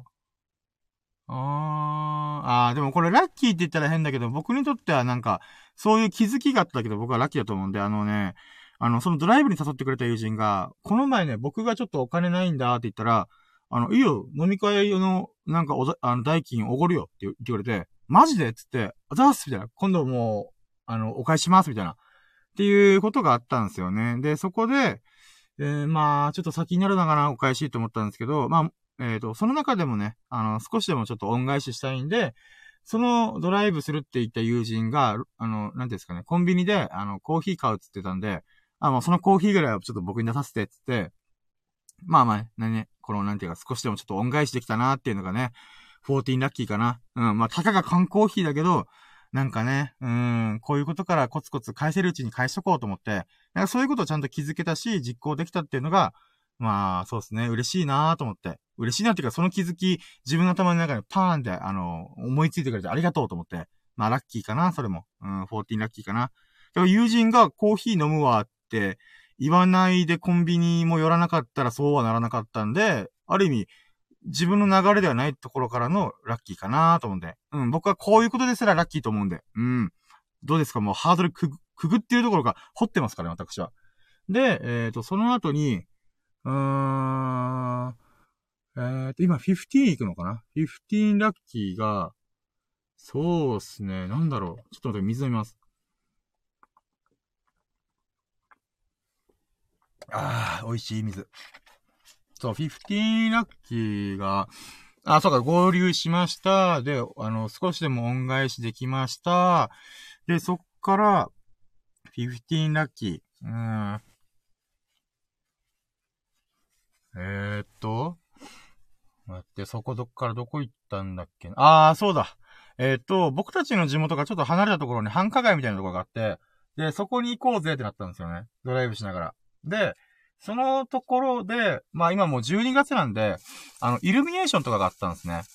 でもこれラッキーって言ったら変だけど、僕にとってはなんか、そういう気づきがあったけど僕はラッキーだと思うんで、そのドライブに誘ってくれた友人が、この前ね、僕がちょっとお金ないんだって言ったら、いいよ、飲み会の、なんか代金おごるよって言ってくれて、マジでっつって、あざーすみたいな。今度もう、お返ししますみたいな。っていうことがあったんですよね。で、そこで、まあ、ちょっと先になるのかな、お返しと思ったんですけど、まあ、その中でもね、少しでもちょっと恩返ししたいんで、そのドライブするって言った友人が、なんていうんですかね、コンビニで、コーヒー買うって言ってたんで、もうそのコーヒーぐらいはちょっと僕に出させてって言って、まあまあ、このなんていうか少しでもちょっと恩返しできたなっていうのがね、14ラッキーかな。まあ、たかが缶コーヒーだけど、なんかね、こういうことからコツコツ返せるうちに返しとこうと思って、なんかそういうことをちゃんと気づけたし、実行できたっていうのが、まあ、そうですね、嬉しいなと思って。嬉しいなっていうか、その気づき、自分の頭の中にパーンって、思いついてくれてありがとうと思って。まあ、ラッキーかな、それも。14ラッキーかな。でも友人がコーヒー飲むわって言わないでコンビニも寄らなかったらそうはならなかったんで、ある意味、自分の流れではないところからのラッキーかなと思うんで。僕はこういうことですらラッキーと思うんで。どうですか？もうハードルくぐっていうところが掘ってますからね、私は。で、その後に、今15行くのかな？ 15 ラッキーが、そうっすね。なんだろう。ちょっと待って、水飲みます。 美味しい水。そう、15ラッキーが、そうか、合流しました。で、少しでも恩返しできました。で、そっから、15ラッキー。待って、そこどっからどこ行ったんだっけな。そうだ。僕たちの地元がちょっと離れたところに繁華街みたいなところがあって、で、そこに行こうぜってなったんですよね。ドライブしながら。で、そのところで、まあ今もう12月なんで、イルミネーションとかがあったんですね。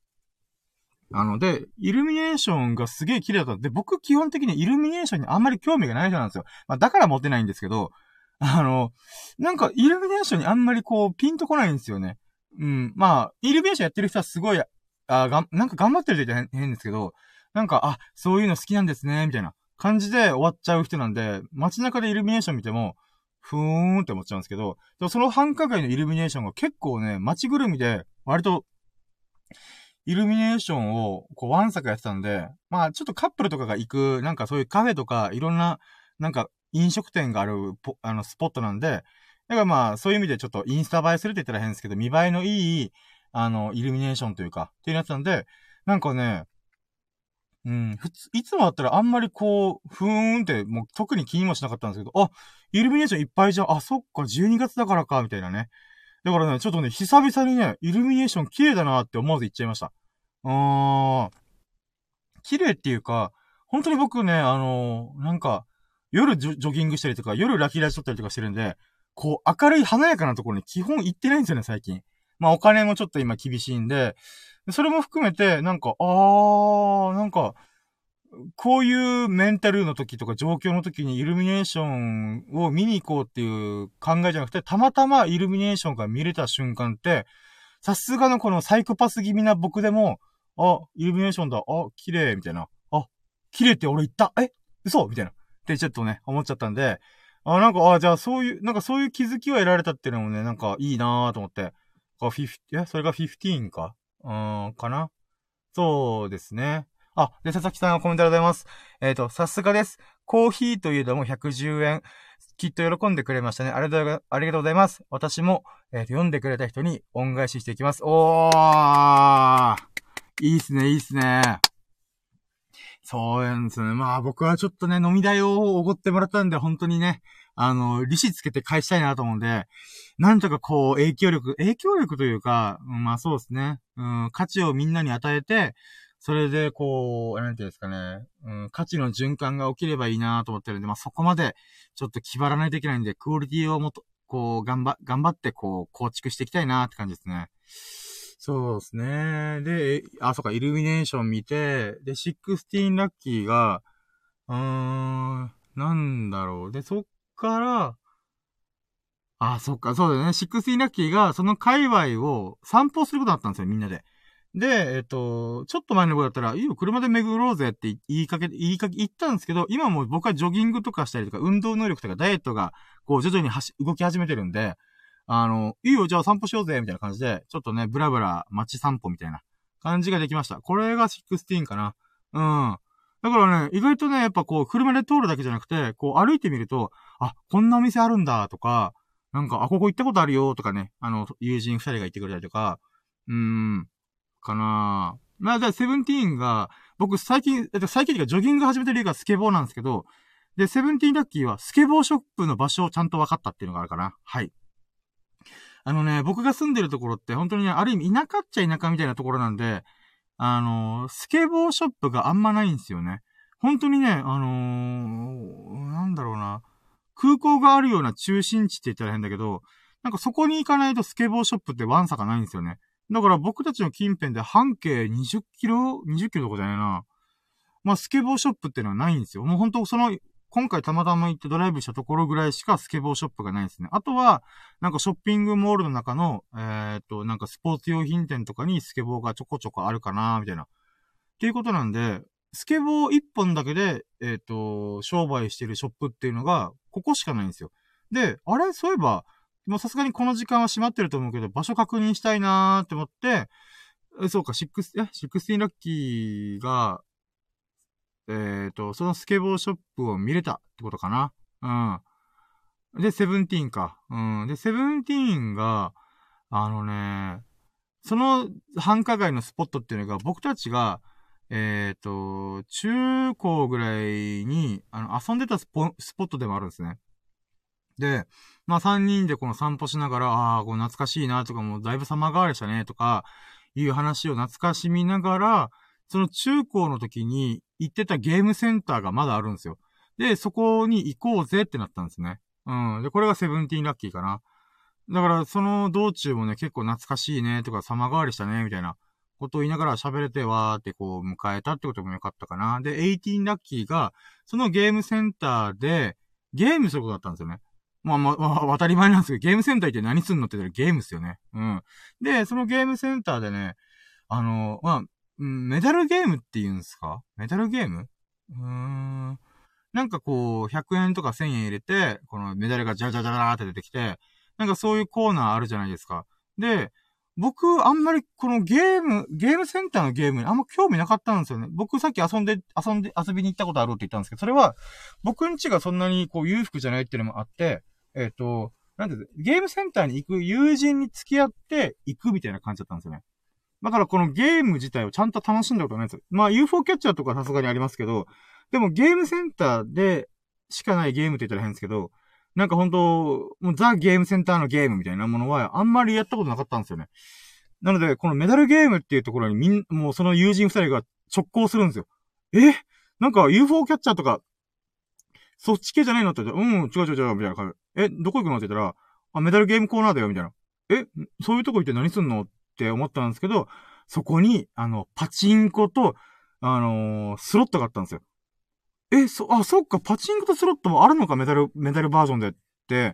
で、イルミネーションがすげえ綺麗だった。で、僕基本的にイルミネーションにあんまり興味がない人なんですよ。まあだから持ってないんですけど、なんかイルミネーションにあんまりこう、ピンとこないんですよね。うん。まあ、イルミネーションやってる人はすごい、なんか頑張ってるって言って変ですけど、なんか、そういうの好きなんですね、みたいな感じで終わっちゃう人なんで、街中でイルミネーション見ても、ふーんって思っちゃうんですけど、でもその繁華街のイルミネーションが結構ね、街ぐるみで、割とイルミネーションを、こう、ワンサカやってたんで、まあ、ちょっとカップルとかが行く、なんかそういうカフェとか、いろんな、なんか、飲食店がある、スポットなんで、だからまあ、そういう意味でちょっとインスタ映えするって言ったら変ですけど、見栄えのいい、イルミネーションというか、っていうやつなんで、なんかね、うん、いつもだったらあんまりこう、ふーんって、もう特に気にもしなかったんですけど、イルミネーションいっぱいじゃん。そっか、12月だからか、みたいなね。だからね、ちょっとね、久々にね、イルミネーション綺麗だなって思わず言っちゃいました。綺麗っていうか、本当に僕ね、なんか、夜ジョギングしたりとか、夜ラッキーライチ撮ったりとかしてるんで、こう、明るい華やかなところに基本行ってないんですよね、最近。まあ、お金もちょっと今厳しいんで、それも含めて、なんか、なんか、こういうメンタルの時とか状況の時にイルミネーションを見に行こうっていう考えじゃなくて、たまたまイルミネーションが見れた瞬間って、さすがのこのサイコパス気味な僕でも、イルミネーションだ、綺麗、みたいな。綺麗って俺言った。嘘みたいな。ってちょっとね、思っちゃったんで、なんか、じゃあそういう、なんかそういう気づきを得られたっていうのもね、なんかいいなぁと思って。それが15かかなそうですね。で、佐々木さんのコメントでございます。さすがです。コーヒーというのも110円。きっと喜んでくれましたね。ありがとうございます。私も、読んでくれた人に恩返ししていきます。いいっすね、いいっすね。そうなんですね。まあ僕はちょっとね、飲み代をおごってもらったんで、本当にね、利子つけて返したいなと思うんで、なんとかこう、影響力というか、まあそうですね。価値をみんなに与えて、それでこう、なんていうんですかね、価値の循環が起きればいいなと思ってるんで、まあそこまで、ちょっと気張らないといけないんで、クオリティをこう、頑張ってこう、構築していきたいなって感じですね。そうですね。で、そうか、イルミネーション見て、で、16ラッキーが、なんだろう。で、そっから、そっか、そうだよね。16ラッキーが、その界隈を散歩することだったんですよ、みんなで。で、ちょっと前の子だったら、いいよ、車で巡ろうぜって言ったんですけど、今もう僕はジョギングとかしたりとか、運動能力とかダイエットが、こう、徐々に動き始めてるんで、いいよ、じゃあ散歩しようぜ、みたいな感じで、ちょっとね、ブラブラ街散歩みたいな感じができました。これが16かな。うん。だからね、意外とね、やっぱこう、車で通るだけじゃなくて、こう歩いてみると、こんなお店あるんだ、とか、なんか、ここ行ったことあるよ、とかね、友人二人が言ってくれたりとか、かなまあ、じゃあ、セブンティーンが、僕最近というかジョギング始めてる理由がスケボーなんですけど、で、セブンティーンラッキーはスケボーショップの場所をちゃんと分かったっていうのがあるかな。はい。僕が住んでるところって本当にね、ある意味田舎っちゃ田舎みたいなところなんで、スケボーショップがあんまないんですよね。本当にね、なんだろうな。空港があるような中心地って言ったら変だけど、なんかそこに行かないとスケボーショップってワンサかないんですよね。だから僕たちの近辺で半径20キロ ?20 キロとかじゃないな。まあ、スケボーショップっていうのはないんですよ。もう本当今回たまたま行ってドライブしたところぐらいしかスケボーショップがないですね。あとは、なんかショッピングモールの中の、なんかスポーツ用品店とかにスケボーがちょこちょこあるかな、みたいな。っていうことなんで、スケボー一本だけで、商売してるショップっていうのが、ここしかないんですよ。で、そういえば、もうさすがにこの時間は閉まってると思うけど、場所確認したいなーって思って、そうか、16ラッキーが、そのスケボーショップを見れたってことかな。うん。 で、セブンティーンか。で、セブンティーンが、その繁華街のスポットっていうのが、僕たちが、中高ぐらいに、遊んでたスポットでもあるんですね。で、まあ3人でこの散歩しながら、こう懐かしいなとかもうだいぶ様変わりしたねとか、いう話を懐かしみながら、その中高の時に行ってたゲームセンターがまだあるんですよ。で、そこに行こうぜってなったんですね。で、これがセブンティーンラッキーかな。だから、その道中もね、結構懐かしいねとか様変わりしたね、みたいなことを言いながら喋れてわーってこう迎えたってこともよかったかな。で、18ラッキーが、そのゲームセンターでゲームすることだったんですよね。当たり前なんですけど、ゲームセンター行って何すんのって言ったらゲームっすよね。で、そのゲームセンターでね、メダルゲームって言うんですか？メダルゲーム？なんかこう、100円とか1000円入れて、このメダルがジャラジャラジャラーって出てきて、なんかそういうコーナーあるじゃないですか。で、僕、あんまりこのゲームセンターのゲームにあんま興味なかったんですよね。僕さっき遊びに行ったことあるって言ったんですけど、それは、僕ん家がそんなにこう裕福じゃないっていうのもあって、なんていうの、ゲームセンターに行く友人に付き合って行くみたいな感じだったんですよね。だからこのゲーム自体をちゃんと楽しんだことないんですよ。まあ UFO キャッチャーとかさすがにありますけど、でもゲームセンターでしかないゲームって言ったら変ですけど、なんか本当もうザ・ゲームセンターのゲームみたいなものはあんまりやったことなかったんですよね。なので、このメダルゲームっていうところにもうその友人二人が直行するんですよ。なんか UFO キャッチャーとか、そっち系じゃないのって言ったら、違う違う違う、みたいな感じ。どこ行くのって言ったら、メダルゲームコーナーだよ、みたいな。そういうとこ行って何すんのって思ったんですけど、そこに、パチンコと、スロットがあったんですよ。そっか、パチンコとスロットもあるのか、メダルバージョンでって、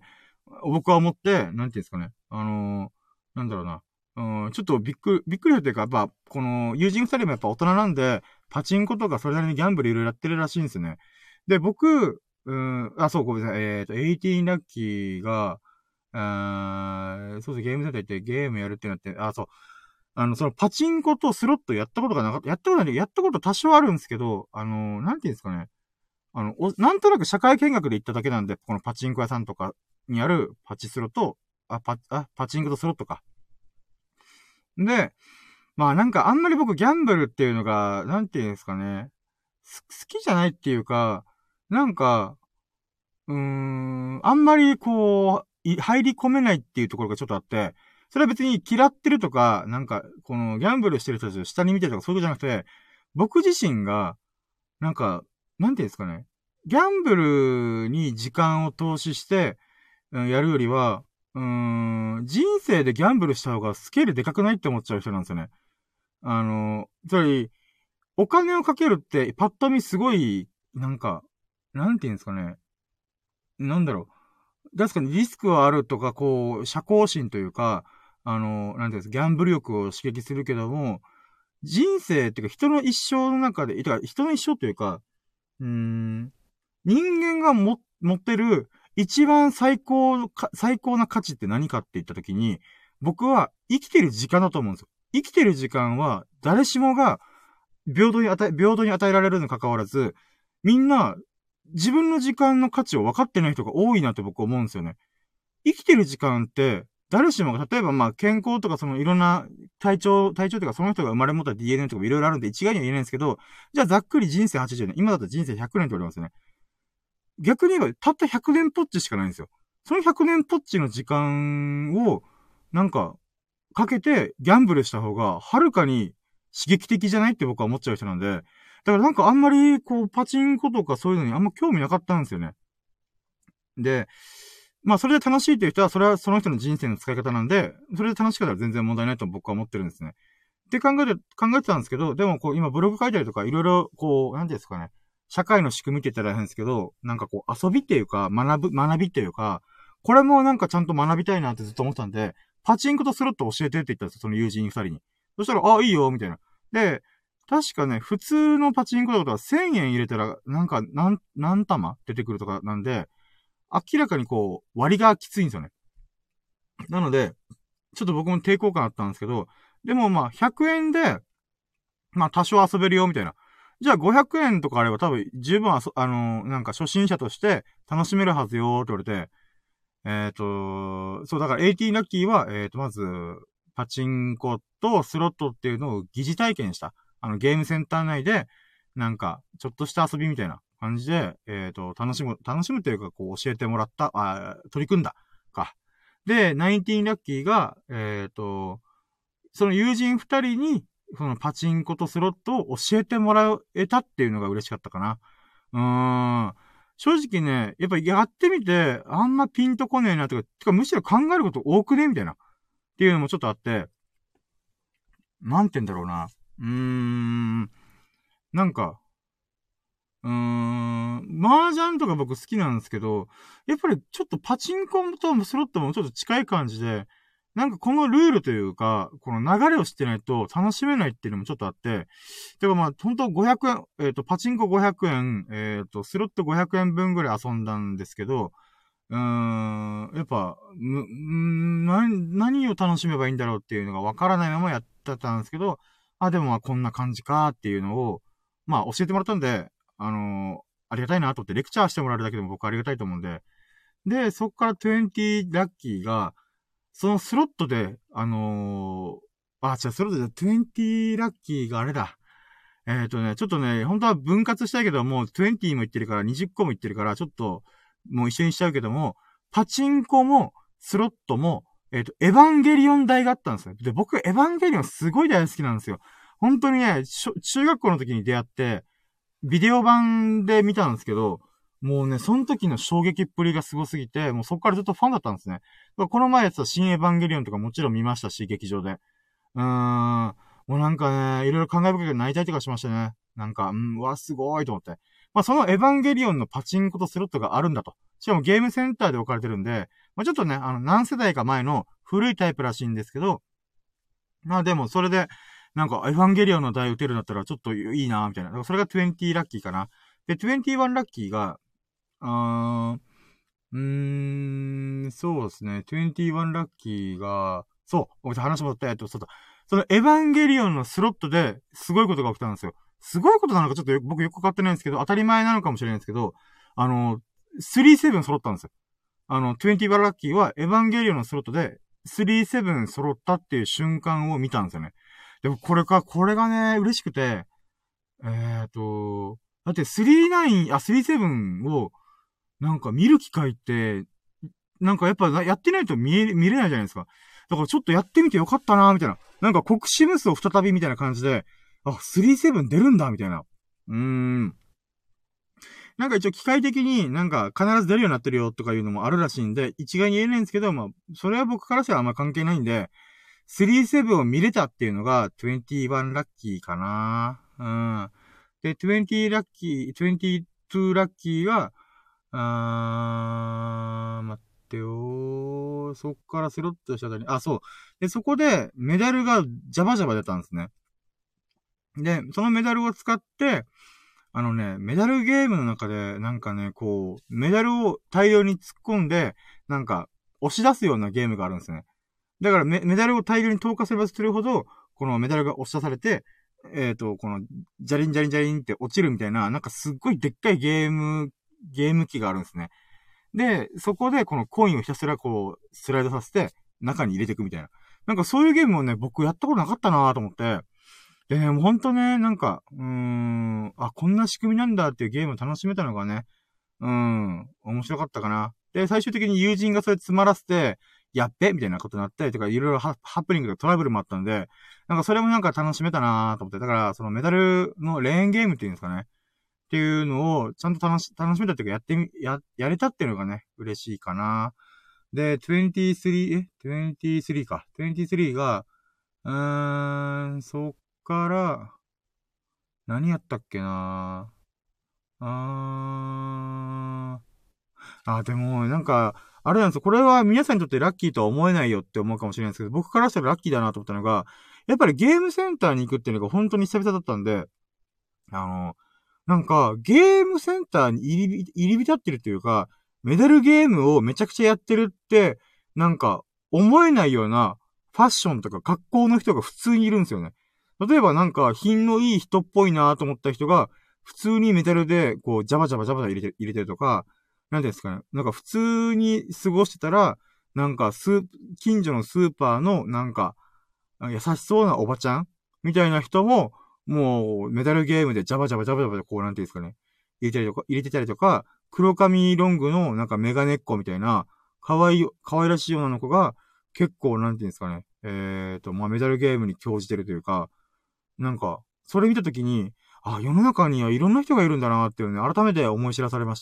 僕は思って、なんていうんですかね。なんだろうな。ちょっとびっくりしたというか、やっぱ、この、友人二人もやっぱ大人なんで、パチンコとかそれなりにギャンブルいろいろやってるらしいんですよね。で、僕、ごめんなさい。18ラッキーが、そうです、ゲームセンター行ってゲームやるってなって、そう。そのパチンコとスロットやったことがなかった。やったこと多少あるんですけど、なんていうんですかね。なんとなく社会見学で行っただけなんで、このパチンコ屋さんとかにあるパチスロと、パチンコとスロットか。で、まあなんかあんまり僕ギャンブルっていうのが、なんていうんですかね。好きじゃないっていうか、なんか、あんまりこう、入り込めないっていうところがちょっとあって、それは別に嫌ってるとか、なんか、このギャンブルしてる人たちを下に見てるとかそういうことじゃなくて、僕自身が、なんか、なんていうんですかね。ギャンブルに時間を投資して、やるよりは、人生でギャンブルした方がスケールでかくないって思っちゃう人なんですよね。つまり、お金をかけるってパッと見すごい、なんか、なんていうんですかね。なんだろう。確かにリスクはあるとか、こう、社交心というか、なんていうんですか、ギャンブル欲を刺激するけども、人生っていうか人の一生の中で、人の一生というか、人間が持ってる一番最高な価値って何かって言ったときに、僕は生きてる時間だと思うんですよ。生きてる時間は誰しもが平等に与えられるに関わらず、みんな自分の時間の価値を分かってない人が多いなって僕思うんですよね。生きてる時間って、誰しもが、例えばまあ健康とかそのいろんな体調というかその人が生まれ持った DNA とかいろいろあるんで一概には言えないんですけど、じゃあざっくり人生80年、今だと人生100年って言われますよね。逆に言えば、たった100年ぽっちしかないんですよ。その100年ぽっちの時間を、なんか、かけてギャンブルした方が、はるかに刺激的じゃないって僕は思っちゃう人なんで、だからなんかあんまり、こう、パチンコとかそういうのにあんま興味なかったんですよね。で、まあそれで楽しいっていう人は、それはその人の人生の使い方なんで、それで楽しかったら全然問題ないと僕は思ってるんですね。って考えてたんですけど、でもこう今ブログ書いたりとかいろいろこう、なんていうんですかね、社会の仕組みって言ったら変ですけど、なんかこう遊びっていうか、学びっていうか、これもなんかちゃんと学びたいなってずっと思ってたんで、パチンコとスロット教えてって言ったんですよ、その友人二人に。そしたら、いいよ、みたいな。で、確かね、普通のパチンコとか1000円入れたら、なんか、何玉出てくるとかなんで、明らかにこう、割がきついんですよね。なので、ちょっと僕も抵抗感あったんですけど、でもまあ、100円で、まあ多少遊べるよ、みたいな。じゃあ500円とかあれば多分十分なんか初心者として楽しめるはずよ、って言われて、 そう、だから18ラッキーは、まず、パチンコとスロットっていうのを疑似体験した。ゲームセンター内で、なんか、ちょっとした遊びみたいな感じで、楽しむというか、こう、教えてもらった、取り組んだ、か。で、19ラッキーが、その友人二人に、そのパチンコとスロットを教えてもらえたっていうのが嬉しかったかな。正直ね、やっぱやってみて、あんまピンとこねえなとか、むしろ考えること多くねみたいな。っていうのもちょっとあって、なんて言うんだろうな。なんか、麻雀とか僕好きなんですけど、やっぱりちょっとパチンコとスロットもちょっと近い感じで、なんかこのルールというか、この流れを知ってないと楽しめないっていうのもちょっとあって、てかまあ、ほんと500円、パチンコ500円、スロット500円分ぐらい遊んだんですけど、やっぱ、何を楽しめばいいんだろうっていうのがわからないままやってたんですけど、でもまあこんな感じかっていうのを、まあ教えてもらったんで、ありがたいなと思ってレクチャーしてもらえるだけでも僕ありがたいと思うんで、で、そっから20ラッキーが、そのスロットで、スロットで20ラッキーがあれだ。ちょっとね、本当は分割したいけど、もう20も言ってるから20個も言ってるから、ちょっと、もう一緒にしちゃうけども、パチンコも、スロットも、エヴァンゲリオン台があったんですよ。で、僕、エヴァンゲリオンすごい大好きなんですよ。本当にね、中学校の時に出会って、ビデオ版で見たんですけど、もうね、その時の衝撃っぷりがすごすぎて、もうそこからずっとファンだったんですね。この前やつは新エヴァンゲリオンとかもちろん見ましたし、劇場で。もうなんかね、いろいろ考え深く泣いたりとかしましたね。なんか、うわ、すごいと思って。まあ、そのエヴァンゲリオンのパチンコとスロットがあるんだと。しかもゲームセンターで置かれてるんで、まあ、ちょっとね、何世代か前の古いタイプらしいんですけど、まあでも、それで、なんか、エヴァンゲリオンの台打てるんだったらちょっといいなみたいな。だからそれが20ラッキーかな。で、21ラッキーが、そうですね。21ラッキーが、そう、ごめんなさい、話戻って、そうだ。そのエヴァンゲリオンのスロットですごいことが起きたんですよ。すごいことなのかちょっと僕よくわかってないんですけど、当たり前なのかもしれないんですけど、37揃ったんですよ。21ラッキーはエヴァンゲリオンのスロットで37揃ったっていう瞬間を見たんですよね。でもこれがね、嬉しくて、だって37を、なんか見る機会って、なんかやっぱやってないと見れないじゃないですか。だからちょっとやってみてよかったなみたいな。なんか国士無双再びみたいな感じで、37出るんだみたいな。なんか一応機械的になんか必ず出るようになってるよとかいうのもあるらしいんで、一概に言えないんですけど、まあ、それは僕からしたらあんま関係ないんで、37を見れたっていうのが21ラッキーかな。で、20ラッキー、22ラッキーは、待ってよー。そっからスロットしたあたり、そう。で、そこでメダルがジャバジャバ出たんですね。で、そのメダルを使って、メダルゲームの中で、なんかね、こう、メダルを大量に突っ込んで、なんか、押し出すようなゲームがあるんですね。だからメダルを大量に投下すればするほど、このメダルが押し出されて、この、ジャリンジャリンジャリンって落ちるみたいな、なんかすっごいでっかいゲーム機があるんですね。で、そこでこのコインをひたすらこう、スライドさせて、中に入れていくみたいな。なんかそういうゲームをね、僕やったことなかったなぁと思って。でね、もうほんとね、なんか、こんな仕組みなんだっていうゲームを楽しめたのがね、面白かったかな。で、最終的に友人がそれ詰まらせて、やっべみたいなことになったりとか、いろいろハプニングとかトラブルもあったんで、なんかそれもなんか楽しめたなぁと思って。だから、そのメダルのレーンゲームっていうんですかね。っていうのを、ちゃんと楽しめたっていうか、やれたっていうのがね、嬉しいかな。で、23か。23が、そっから、何やったっけなでも、なんか、あれなんですよ。これは皆さんにとってラッキーとは思えないよって思うかもしれないですけど、僕からしたらラッキーだなと思ったのが、やっぱりゲームセンターに行くっていうのが本当に久々だったんで、なんか、ゲームセンターに入り浸ってるっていうか、メダルゲームをめちゃくちゃやってるって、なんか、思えないようなファッションとか格好の人が普通にいるんですよね。例えばなんか、品のいい人っぽいなと思った人が、普通にメダルで、こう、ジャバジャバ入れてるとか、 なんていうんですかね。なんか普通に過ごしてたら、なんか近所のスーパーの、なんか、優しそうなおばちゃんみたいな人も、もう、メダルゲームでジャバジャバジャバジャバこう、なんていうんですかね。入れてたりとか、黒髪ロングの、なんかメガネっ子みたいな、可愛らしい女の子が、結構、なんていうんですかね。まあ、メダルゲームに興じてるというか、なんか、それ見たときに、あ、世の中にはいろんな人がいるんだなっていうのね、改めて思い知らされました。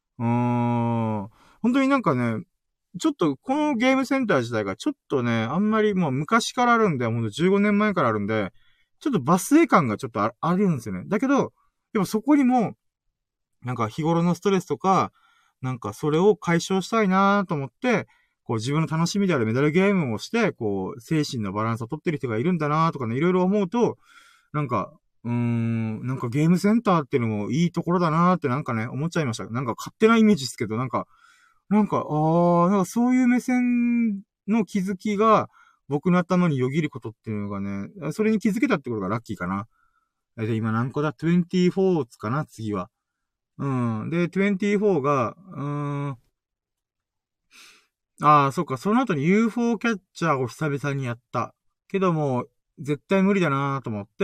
本当になんかね、ちょっと、このゲームセンター自体がちょっとね、あんまりもう昔からあるんで、ほんと15年前からあるんで、ちょっとバスエ感がちょっとあるんですよね。だけど、でもそこにも、なんか日頃のストレスとか、なんかそれを解消したいなと思って、こう自分の楽しみであるメダルゲームをして、こう、精神のバランスを取ってる人がいるんだなとかね、いろいろ思うと、なんか、なんかゲームセンターっていうのもいいところだなってなんかね、思っちゃいました。なんか勝手なイメージですけど、なんかそういう目線の気づきが僕の頭によぎることっていうのがね、それに気づけたってことがラッキーかな。で、今何個だ ?24 かな次は。うん。で、24が、そっか、その後に UFO キャッチャーを久々にやった。けども、絶対無理だなと思って、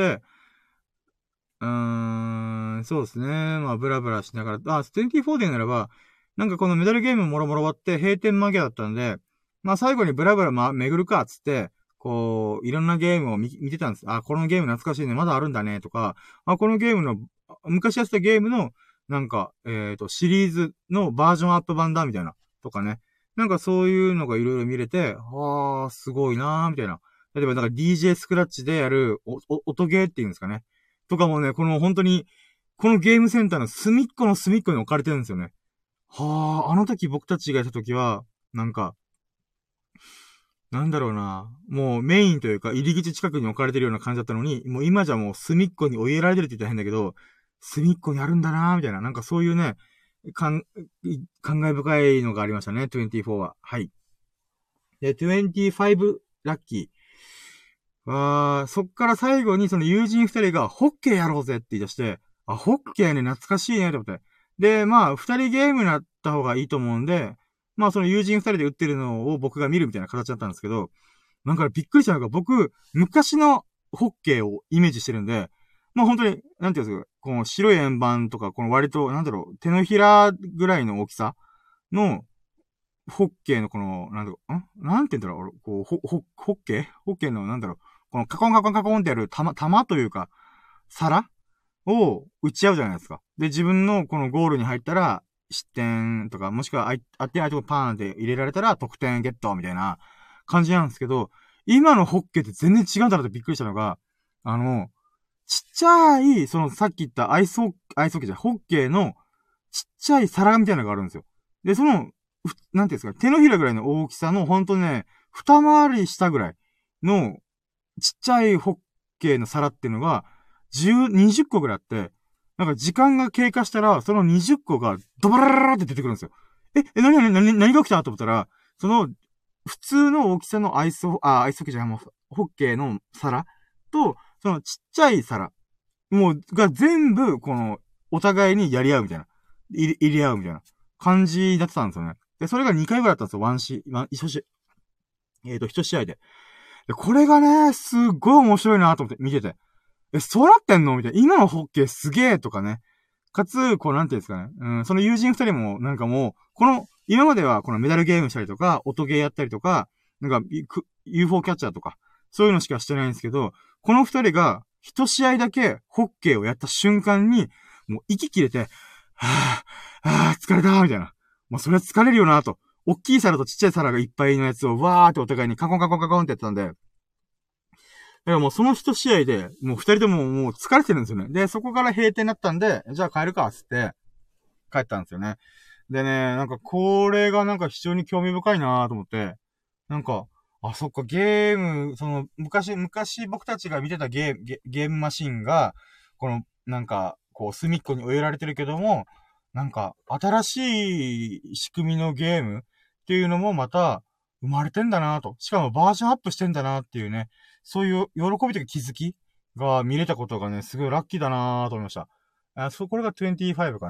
そうですね。まあ、ブラブラしながら、24でならば、なんかこのメダルゲームもろもろ終わって閉店間際だったんで、まあ最後にブラブラ巡るか、つって、こう、いろんなゲームを見てたんです。あ、このゲーム懐かしいね、まだあるんだね、とか、あ、このゲームの、昔やってたゲームの、なんか、シリーズのバージョンアップ版だ、みたいな、とかね。なんかそういうのがいろいろ見れて、すごいなー、みたいな。例えばなんか DJ スクラッチでやる音ゲーっていうんですかね。とかもね、この本当に、このゲームセンターの隅っこの隅っこに置かれてるんですよね。あの時僕たちがいた時は、なんか、なんだろうな、もうメインというか入り口近くに置かれてるような感じだったのに、もう今じゃもう隅っこに追いやられてるって言ったら変だけど、隅っこにあるんだなーみたいな、なんかそういうね、感慨深いのがありましたね、24は。はい。で、25ラッキー。そっから最後にその友人二人がホッケーやろうぜって言い出して、あ、ホッケーね、懐かしいね、と思って。で、まあ、二人ゲームになった方がいいと思うんで、まあ、その友人二人で売ってるのを僕が見るみたいな形だったんですけど、なんかびっくりしたのが僕、昔のホッケーをイメージしてるんで、まあ本当に、なんていうんですか、この白い円盤とか、この割と、なんだろう、手のひらぐらいの大きさのホッケーのこの、なんだろう、なんて言うんだろう、俺こう、ホッケーの、なんだろう、このカコンカコンカコンってやる玉というか、皿を打ち合うじゃないですか。で、自分のこのゴールに入ったら、失点とか、もしくは相手のとこパーンって入れられたら得点ゲットみたいな感じなんですけど、今のホッケーって全然違うんだなってびっくりしたのが、ちっちゃい、そのさっき言ったアイスホッケーじゃホッケーのちっちゃい皿みたいなのがあるんですよ。で、その、なんていうんですか、手のひらぐらいの大きさの、ほんとね、二回り下ぐらいの、ちっちゃいホッケーの皿っていうのが、20個ぐらいあって、なんか時間が経過したら、その20個がドバラララって出てくるんですよ。何が起きたと思ったら、その、普通の大きさのアイスホッケーじゃない、ホッケーの皿と、そのちっちゃい皿、が全部、この、お互いにやり合うみたいな。入れ合うみたいな感じになってたんですよね。で、それが2回ぐらいだったんですよ。一試合で。で、これがね、すっごい面白いなと思って見てて。そうなってんのみたいな。今のホッケーすげえとかね。かつ、こう、なんていうんですかね。その友人二人も、なんかもう、今まではこのメダルゲームしたりとか、音ゲーやったりとか、なんか、UFO キャッチャーとか、そういうのしかしてないんですけど、この二人が、一試合だけホッケーをやった瞬間に、もう息切れて、疲れたみたいな。もうそれは疲れるよなと。大きい皿とちっちゃい皿がいっぱいのやつをわーってお互いにカコンカコンカコンってやってたんで、だからもうその一試合で、もう二人とももう疲れてるんですよね。で、そこから閉店になったんで、じゃあ帰るか、つって、帰ったんですよね。でね、なんかこれがなんか非常に興味深いなと思って、なんか、そっか、ゲーム、その、昔僕たちが見てたゲームマシンが、この、なんか、こう、隅っこに植えられてるけども、なんか、新しい仕組みのゲームっていうのもまた、生まれてんだなと。しかもバージョンアップしてんだなっていうね、そういう喜びというか気づきが見れたことがね、すごいラッキーだなと思いました。これが25かな。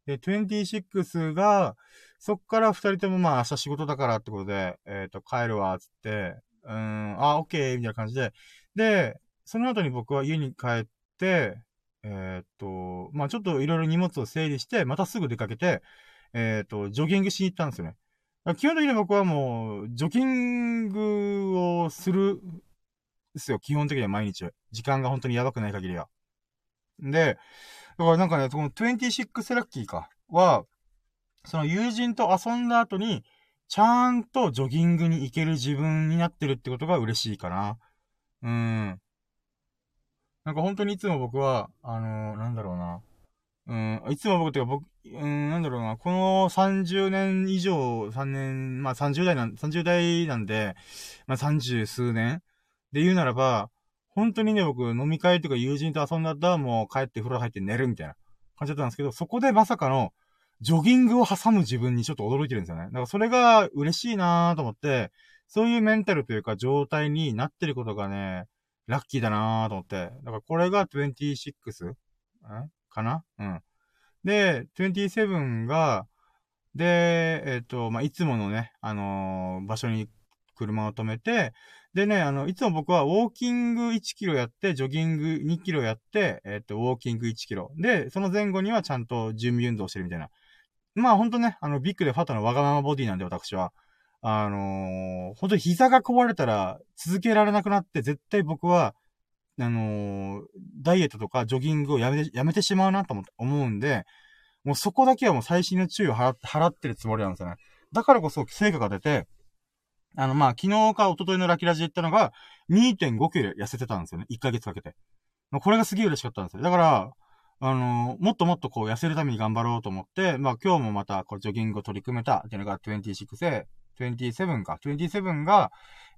で、26が、そっから二人ともまあ明日仕事だからってことで、帰るわ、つって、オッケー、みたいな感じで、で、その後に僕は家に帰って、まあちょっといろいろ荷物を整理して、またすぐ出かけて、ジョギングしに行ったんですよね。基本的に僕はもう、ジョギングをする、ですよ。基本的には毎日。時間が本当にやばくない限りは。で、だからなんかね、この26ラッキーか、は、その友人と遊んだ後に、ちゃんとジョギングに行ける自分になってるってことが嬉しいかな。うん。なんか本当にいつも僕は、なんだろうな。いつも僕ってか僕、なんだろうな。この30年以上、3年、まあ30代なんで、まあ30数年で言うならば、本当にね、僕飲み会とか友人と遊んだ後はもう帰って風呂入って寝るみたいな感じだったんですけど、そこでまさかの、ジョギングを挟む自分にちょっと驚いてるんですよね。だからそれが嬉しいなと思って、そういうメンタルというか状態になってることがね、ラッキーだなと思って。だからこれが26？ かなうん。で、27が、で、まあ、いつものね、場所に車を止めて、でね、いつも僕はウォーキング1キロやって、ジョギング2キロやって、ウォーキング1キロ。で、その前後にはちゃんと準備運動してるみたいな。まあほんとね、ビッグでファットなわがままボディなんで私は。ほんとに膝が壊れたら続けられなくなって絶対僕は、あのーダイエットとかジョギングをやめてしまうなと思うんで、もうそこだけはもう最新の注意を払ってるつもりなんですよね。だからこそ成果が出て、まあ、昨日か一昨日のラキラジで言ったのが、2.5 キロ痩せてたんですよね。1ヶ月かけて。これがすげえ嬉しかったんですよ。だから、もっともっとこう痩せるために頑張ろうと思って、まあ今日もまたこれジョギングを取り組めたっていうのが26で、27か。27が、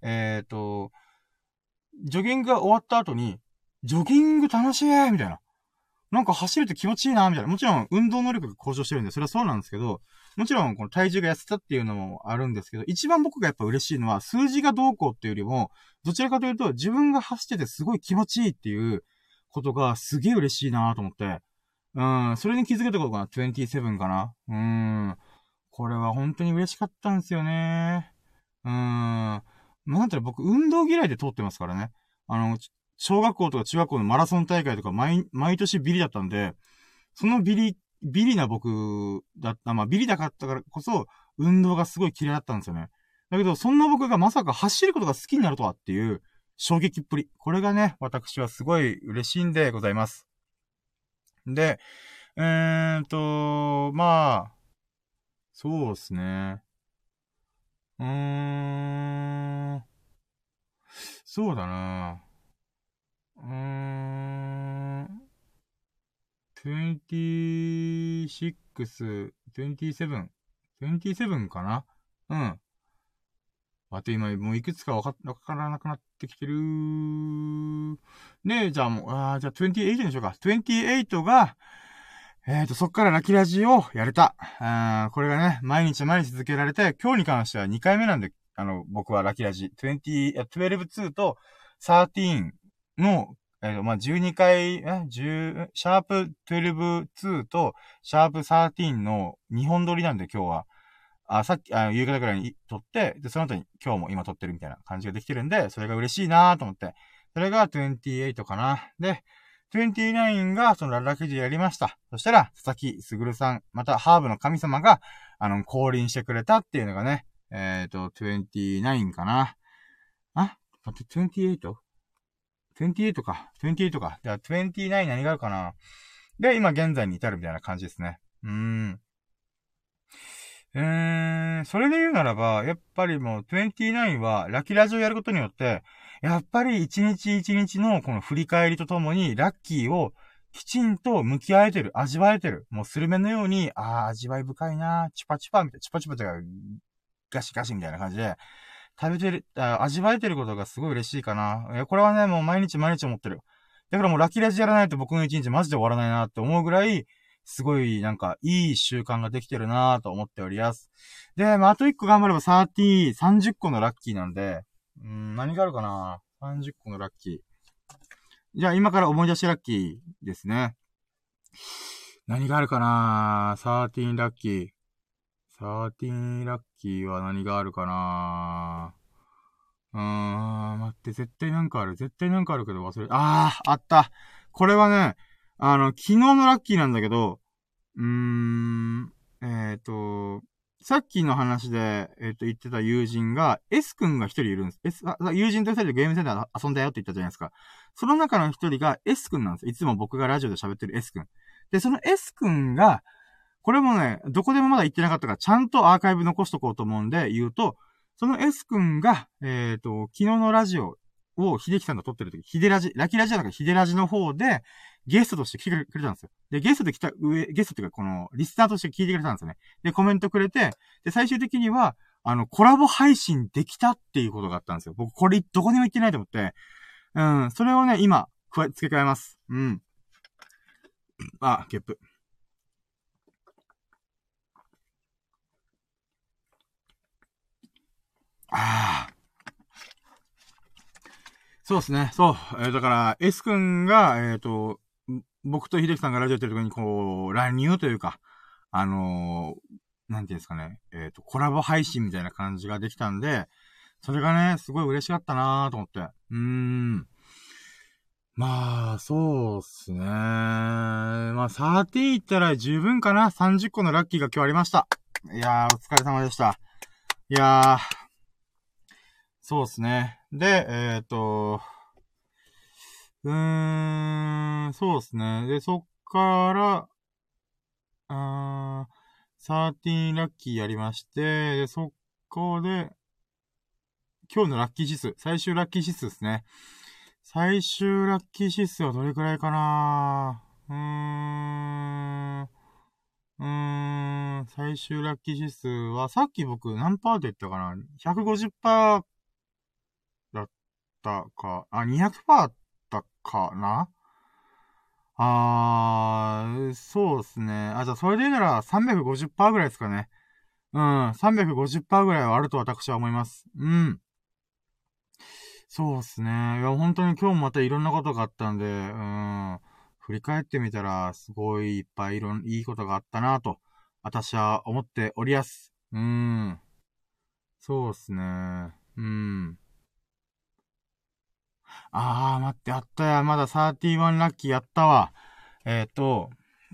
ジョギングが終わった後に、ジョギング楽しいみたいな。なんか走ると気持ちいいなみたいな。もちろん運動能力が向上してるんで、それはそうなんですけど、もちろんこの体重が痩せたっていうのもあるんですけど、一番僕がやっぱ嬉しいのは、数字がどうこうっていうよりも、どちらかというと、自分が走っててすごい気持ちいいっていうことがすげえ嬉しいなと思って、それに気づけたことかな、27かな。これは本当に嬉しかったんですよね。なんていうの、僕、運動嫌いで通ってますからね。小学校とか中学校のマラソン大会とか毎年ビリだったんで、そのビリな僕だった、まあビリだかったからこそ、運動がすごい嫌いだったんですよね。だけど、そんな僕がまさか走ることが好きになるとはっていう衝撃っぷり。これがね、私はすごい嬉しいんでございます。で、まあ、そうですね。うーん、そうだな。うーん、26、27、27かなうん。あと今、もういくつかわからなくなってきてる。ねじゃあもう、じゃあ28にしようか。28が、そっからラキラジをやれた。これがね、毎日毎日続けられて、今日に関しては2回目なんで、僕はラキラジ、12と13の、まあ、12回、シャープ12とシャープ13の2本撮りなんで今日は。さっき、夕方くらいに撮って、で、その後に今日も今撮ってるみたいな感じができてるんで、それが嬉しいなと思って。それが28かな。で、29がそのララ記事やりました。そしたら、佐々木すぐるさん、またハーブの神様が、降臨してくれたっていうのがね、29かな。待って、28?28 か。28か。じゃあ、29何があるかな。で、今現在に至るみたいな感じですね。それで言うならば、やっぱりもう29はラッキーラジオやることによって、やっぱり一日一日のこの振り返りとともにラッキーをきちんと向き合えてる、味わえてる。もうスルメのように、味わい深いなチュパチュパみたいな、チュパチュパとかガシガシみたいな感じで、食べてる、味わえてることがすごい嬉しいかな。これはね、もう毎日毎日思ってる。だからもうラッキーラジやらないと僕の一日マジで終わらないなって思うぐらい、すごい、なんか、いい習慣ができてるなぁと思っております。で、まあ、あと1個頑張れば30個のラッキーなんで、何があるかな ?30 個のラッキー。じゃあ、今から思い出しラッキーですね。 何があるかな13ラッキー。13ラッキーは何があるかな待って、絶対なんかある。絶対なんかあるけど忘れ、あった。これはね、昨日のラッキーなんだけど、うーん、えっと、さっきの話で、言ってた友人が、S 君が一人いるんです。友人と二人でゲームセンターで遊んだよって言ったじゃないですか。その中の一人が S 君なんです。いつも僕がラジオで喋ってる S 君。で、その S 君が、これもね、どこでもまだ言ってなかったから、ちゃんとアーカイブ残しとこうと思うんで言うと、その S 君が、昨日のラジオを秀樹さんと撮ってる時、ラキラジオだから秀ラジの方で、ゲストとして来てくれたんですよ。で、ゲストで来たゲストっていうか、この、リスナーとして聞いてくれたんですよね。で、コメントくれて、で、最終的には、コラボ配信できたっていうことがあったんですよ。僕、これ、どこにも言ってないと思って、それをね、今、付け加えます。ゲップ。そうですね。そう。だから、S 君が、僕と秀樹さんがラジオやってる時に、こう、乱入というか、なんていうんですかね、コラボ配信みたいな感じができたんで、それがね、すごい嬉しかったなーと思って。まあ、そうっすね。まあ、13いったら十分かな。30個のラッキーが今日ありました。いやー、お疲れ様でした。いやー、そうっすね。で、そうっすね。で、そっから、13ラッキーやりまして、で、そこで、今日のラッキー指数、最終ラッキー指数ですね。最終ラッキー指数はどれくらいかな最終ラッキー指数は、さっき僕何パーで言ったかな ?150% だったか、200%だったかなそうですね。じゃあそれで言うなら350%ぐらいですかね。350%ぐらいはあると私は思います。そうですね。いや、本当に今日もまたいろんなことがあったんで、振り返ってみたら、すごいいっぱいいいことがあったなと、私は思っておりやす。そうですね。待って、あったや、まだ31ラッキーやったわ。えっ、と、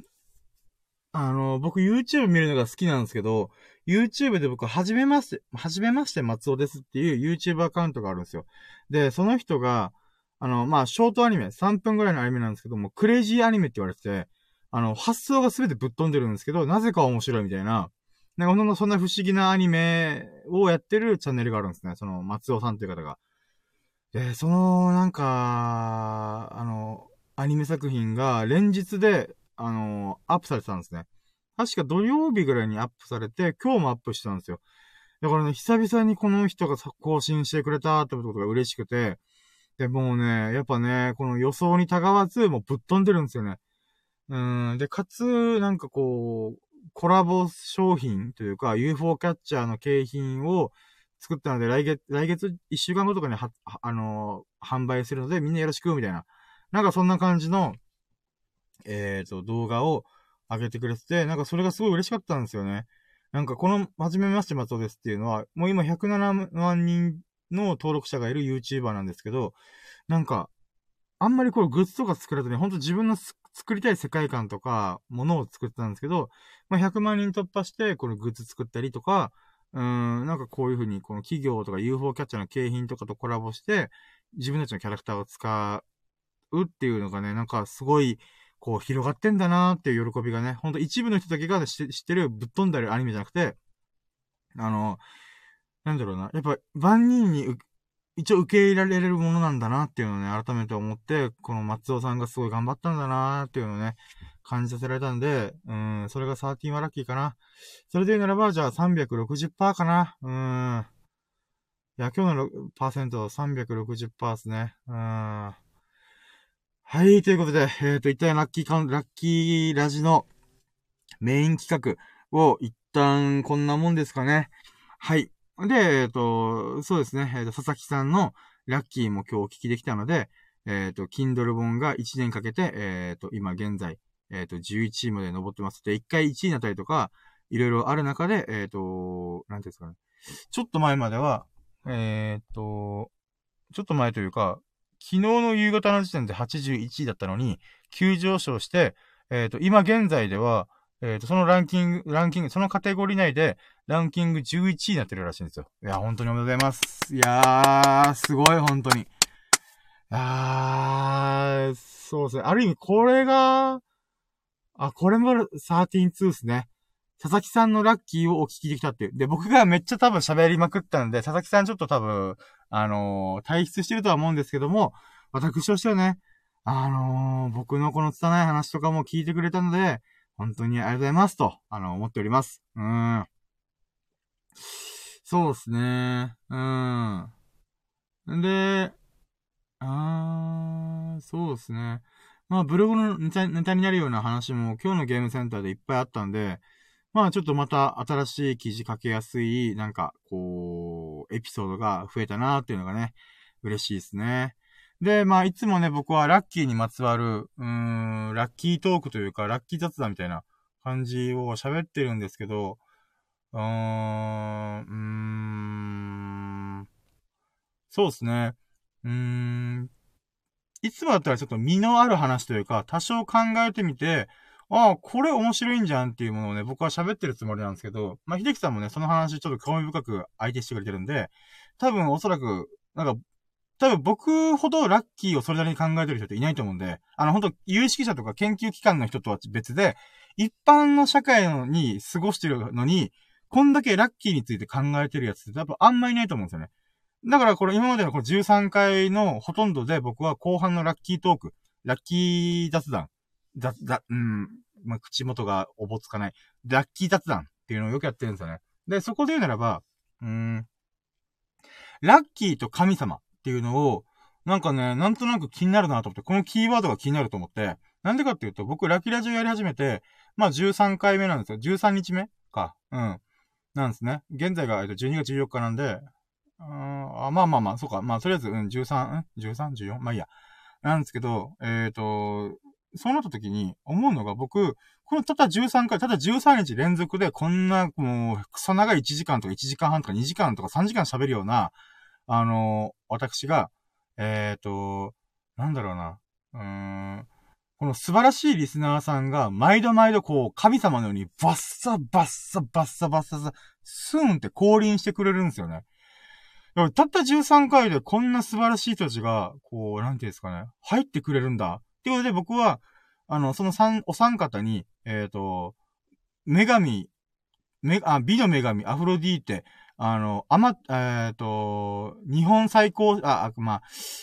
僕 YouTube 見るのが好きなんですけど、YouTube で僕、はじめまして松尾ですっていう YouTube アカウントがあるんですよ。で、その人が、ショートアニメ、3分ぐらいのアニメなんですけども、クレイジーアニメって言われてて、発想がすべてぶっ飛んでるんですけど、なぜか面白いみたいな、なんかそんな不思議なアニメをやってるチャンネルがあるんですね。その、松尾さんっていう方が。で、なんか、アニメ作品が連日で、アップされてたんですね。確か土曜日ぐらいにアップされて、今日もアップしてたんですよ。だからね、久々にこの人が更新してくれたってことが嬉しくて、で、もうね、やっぱね、この予想にたがわず、もうぶっ飛んでるんですよね。で、かつ、なんかこう、コラボ商品というか、UFO キャッチャーの景品を作ったので、来月1週間後とかに販売するので、みんなよろしく、みたいな。なんかそんな感じの、動画を上げてくれてて、なんかそれがすごい嬉しかったんですよね。なんかこの、はじめまして松尾ですっていうのは、もう今107万人の登録者がいる YouTuber なんですけど、なんか、あんまりこうグッズとか作らずに、ほんと自分の作りたい世界観とか、ものを作ってたんですけど、まあ、100万人突破して、このグッズ作ったりとか、なんかこういう風に、この企業とか UFO キャッチャーの景品とかとコラボして、自分たちのキャラクターを使うっていうのがね、なんかすごい、こう広がってんだなーっていう喜びがね、ほんと一部の人だけが知ってるぶっ飛んだるアニメじゃなくて、あの、なんだろうな、やっぱ万人に一応受け入れられるものなんだなっていうのをね、改めて思って、この松尾さんがすごい頑張ったんだなーっていうのをね、感じさせられたんで、それが13はラッキーかな。それで言うならば、じゃあ360%かな。いや、今日のパーセント360%ですね。はい、ということで、一旦ラッキーラジのメイン企画を一旦こんなもんですかね。はい。で、そうですね、佐々木さんのラッキーも今日お聞きできたので、Kindle 本が1年かけて、今現在、 11位まで登ってます。で、一回1位になったりとか、いろいろある中で、なんていうんですかね。ちょっと前までは、ちょっと前というか、昨日の夕方の時点で81位だったのに、急上昇して、今現在では、そのランキング、そのカテゴリー内で、ランキング11位になってるらしいんですよ。いや、本当におめでとうございます。いやー、すごい、本当に。そうですね。ある意味、これが、これも13-2ですね。佐々木さんのラッキーをお聞きできたっていう。で、僕がめっちゃ多分喋りまくったんで、佐々木さんちょっと多分、退出してるとは思うんですけども、私としてはね、僕のこの拙い話とかも聞いてくれたので、本当にありがとうございますと、思っております。そうですね。で、そうですね。まあ、ブログのネタになるような話も今日のゲームセンターでいっぱいあったんで、まあちょっとまた新しい記事書けやすい、なんか、こう、エピソードが増えたなーっていうのがね、嬉しいですね。で、まあいつもね、僕はラッキーにまつわる、ラッキートークというか、ラッキー雑談みたいな感じを喋ってるんですけど、そうですね。いつもだったらちょっと身のある話というか、多少考えてみて、これ面白いんじゃんっていうものをね、僕は喋ってるつもりなんですけど、まあ、秀樹さんもね、その話ちょっと興味深く相手してくれてるんで、多分おそらく、多分僕ほどラッキーをそれなりに考えてる人っていないと思うんで、本当有識者とか研究機関の人とは別で、一般の社会に過ごしてるのに、こんだけラッキーについて考えてるやつって多分あんまいないと思うんですよね。だからこれ今までのこの13回のほとんどで僕は後半のラッキートーク、ラッキー雑談、まあ、口元がおぼつかない、ラッキー雑談っていうのをよくやってるんですよね。で、そこで言うならば、ラッキーと神様っていうのを、なんかね、なんとなく気になるなと思って、このキーワードが気になると思って、なんでかっていうと、僕ラッキーラジオやり始めて、まあ13回目なんですよ。13日目か。なんですね。現在が12月14日なんで、まあまあまあ、そうか。まあ、とりあえず、13、14? まあいいや。なんですけど、そうなった時に思うのが僕、このただ13回、ただ13日連続でこんな、もう、クソ長い1時間とか1時間半とか2時間とか3時間喋るような、私が、なんだろうな。この素晴らしいリスナーさんが、毎度毎度こう、神様のように、バッサバッサバッサバッサ、スーンって降臨してくれるんですよね。たった13回でこんな素晴らしい人たちが、こう、なんていうんですかね、入ってくれるんだ。っていうことで僕は、そのお三方に、女神、美の女神、アフロディーテ、日本最高、まあ、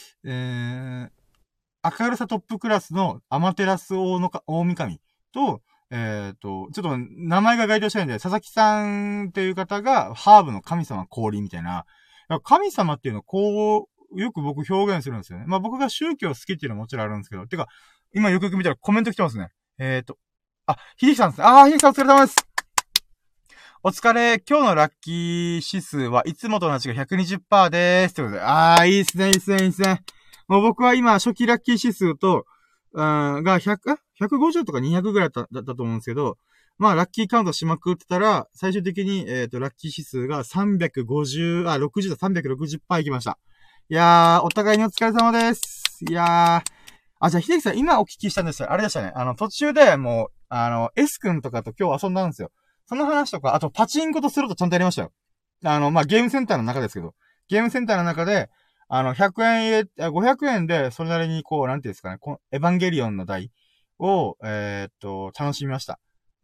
明るさトップクラスのアマテラス大神と、ちょっと名前が該当しないんで、佐々木さんっていう方がハーブの神様降臨みたいな、神様っていうのをこう、よく僕表現するんですよね。まあ僕が宗教好きっていうのはもちろんあるんですけど、てか、今よくよく見たらコメント来てますね。秀樹さんですね。秀樹さんお疲れ様です。お疲れ。今日のラッキー指数はいつもと同じが120%でーす。ということで。いいっすね、いいっすね、いいっすね。もう僕は今、初期ラッキー指数と、が150とか200ぐらいだったと思うんですけど、まあ、ラッキーカウントしまくってたら、最終的に、ラッキー指数が350、60だ、360%いきました。いやー、お互いにお疲れ様です。いやー、じゃあ、秀樹さん、今お聞きしたんですよ。あれでしたね。途中でもう、S 君とかと今日遊んだんですよ。その話とか、あと、パチンコとするとちゃんとやりましたよ。まあ、ゲームセンターの中ですけど、ゲームセンターの中で、100円入れ、500円で、それなりにこう、なんていうんですかね、エヴァンゲリオンの台を、楽しみました。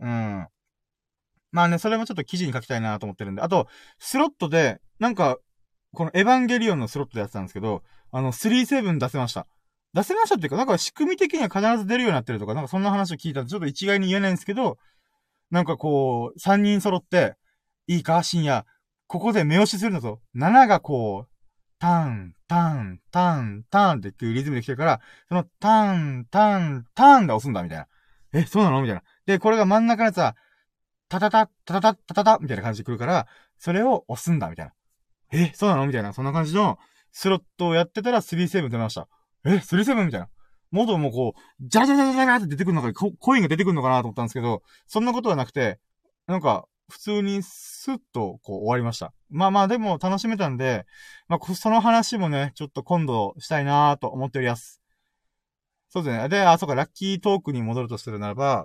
まあね、それもちょっと記事に書きたいなと思ってるんで。あと、スロットで、なんか、このエヴァンゲリオンのスロットでやってたんですけど、37出せました。出せましたっていうか、なんか仕組み的には必ず出るようになってるとか、なんかそんな話を聞いたんで、ちょっと一概に言えないんですけど、なんかこう、3人揃って、いいか深夜、ここで目押しするんだぞ。7がこう、タン、タン、タン、タンっていうリズムで来てるから、そのタン、タン、タンで押すんだ、みたいな。そうなのみたいな。で、これが真ん中のやつは、タタタ、タタタ、タタタ、みたいな感じで来るから、それを押すんだ、みたいな。そうなのみたいな。そんな感じのスロットをやってたら37出ました。37みたいな。 元もこう、ジャラジャラジャラジャラって出てくるのか、コインが出てくるのかなと思ったんですけど、そんなことはなくて、なんか、普通にスッとこう終わりました。まあまあでも楽しめたんで、まあその話もね、ちょっと今度したいなと思っております。そうですね。で、そうか、ラッキートークに戻るとするならば、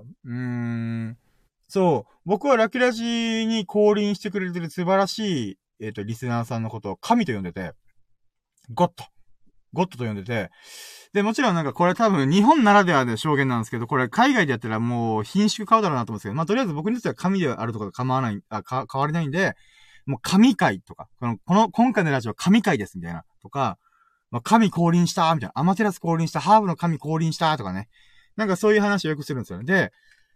そう、僕はラキラジに降臨してくれてる素晴らしい、リスナーさんのことを神と呼んでて、ゴッド。ゴッドと呼んでて、で、もちろんなんかこれ多分日本ならではで証言なんですけど、これ海外でやったらもう品種買うだろうなと思うんですけど、まあとりあえず僕にとっては神であるとか構わない、変わりないんで、もう神回とか、今回のラジオは神回ですみたいな、とか、まあ神降臨したみたいな、アマテラス降臨した、ハーブの神降臨したとかね。なんかそういう話をよくするんですよね。で、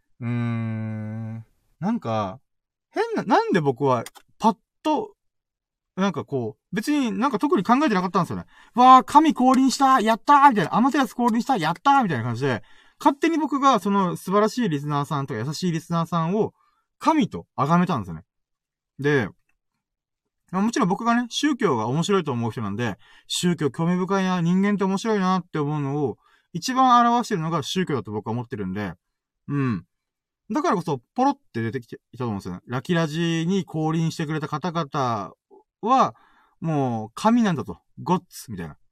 なんか、なんで僕は、パッと、なんかこう、別になんか特に考えてなかったんですよね。わー、神降臨したやったーみたいな、アマテラス降臨したやったーみたいな感じで、勝手に僕がその素晴らしいリスナーさんとか優しいリスナーさんを、神と崇めたんですよね。で、もちろん僕がね、宗教が面白いと思う人なんで、宗教興味深いな、人間って面白いなって思うのを、一番表してるのが宗教だと僕は思ってるんで、うん。だからこそ、ポロって出てきていたと思うんですよね。ラキラジに降臨してくれた方々は、もう、神なんだと。ゴッツみたいな。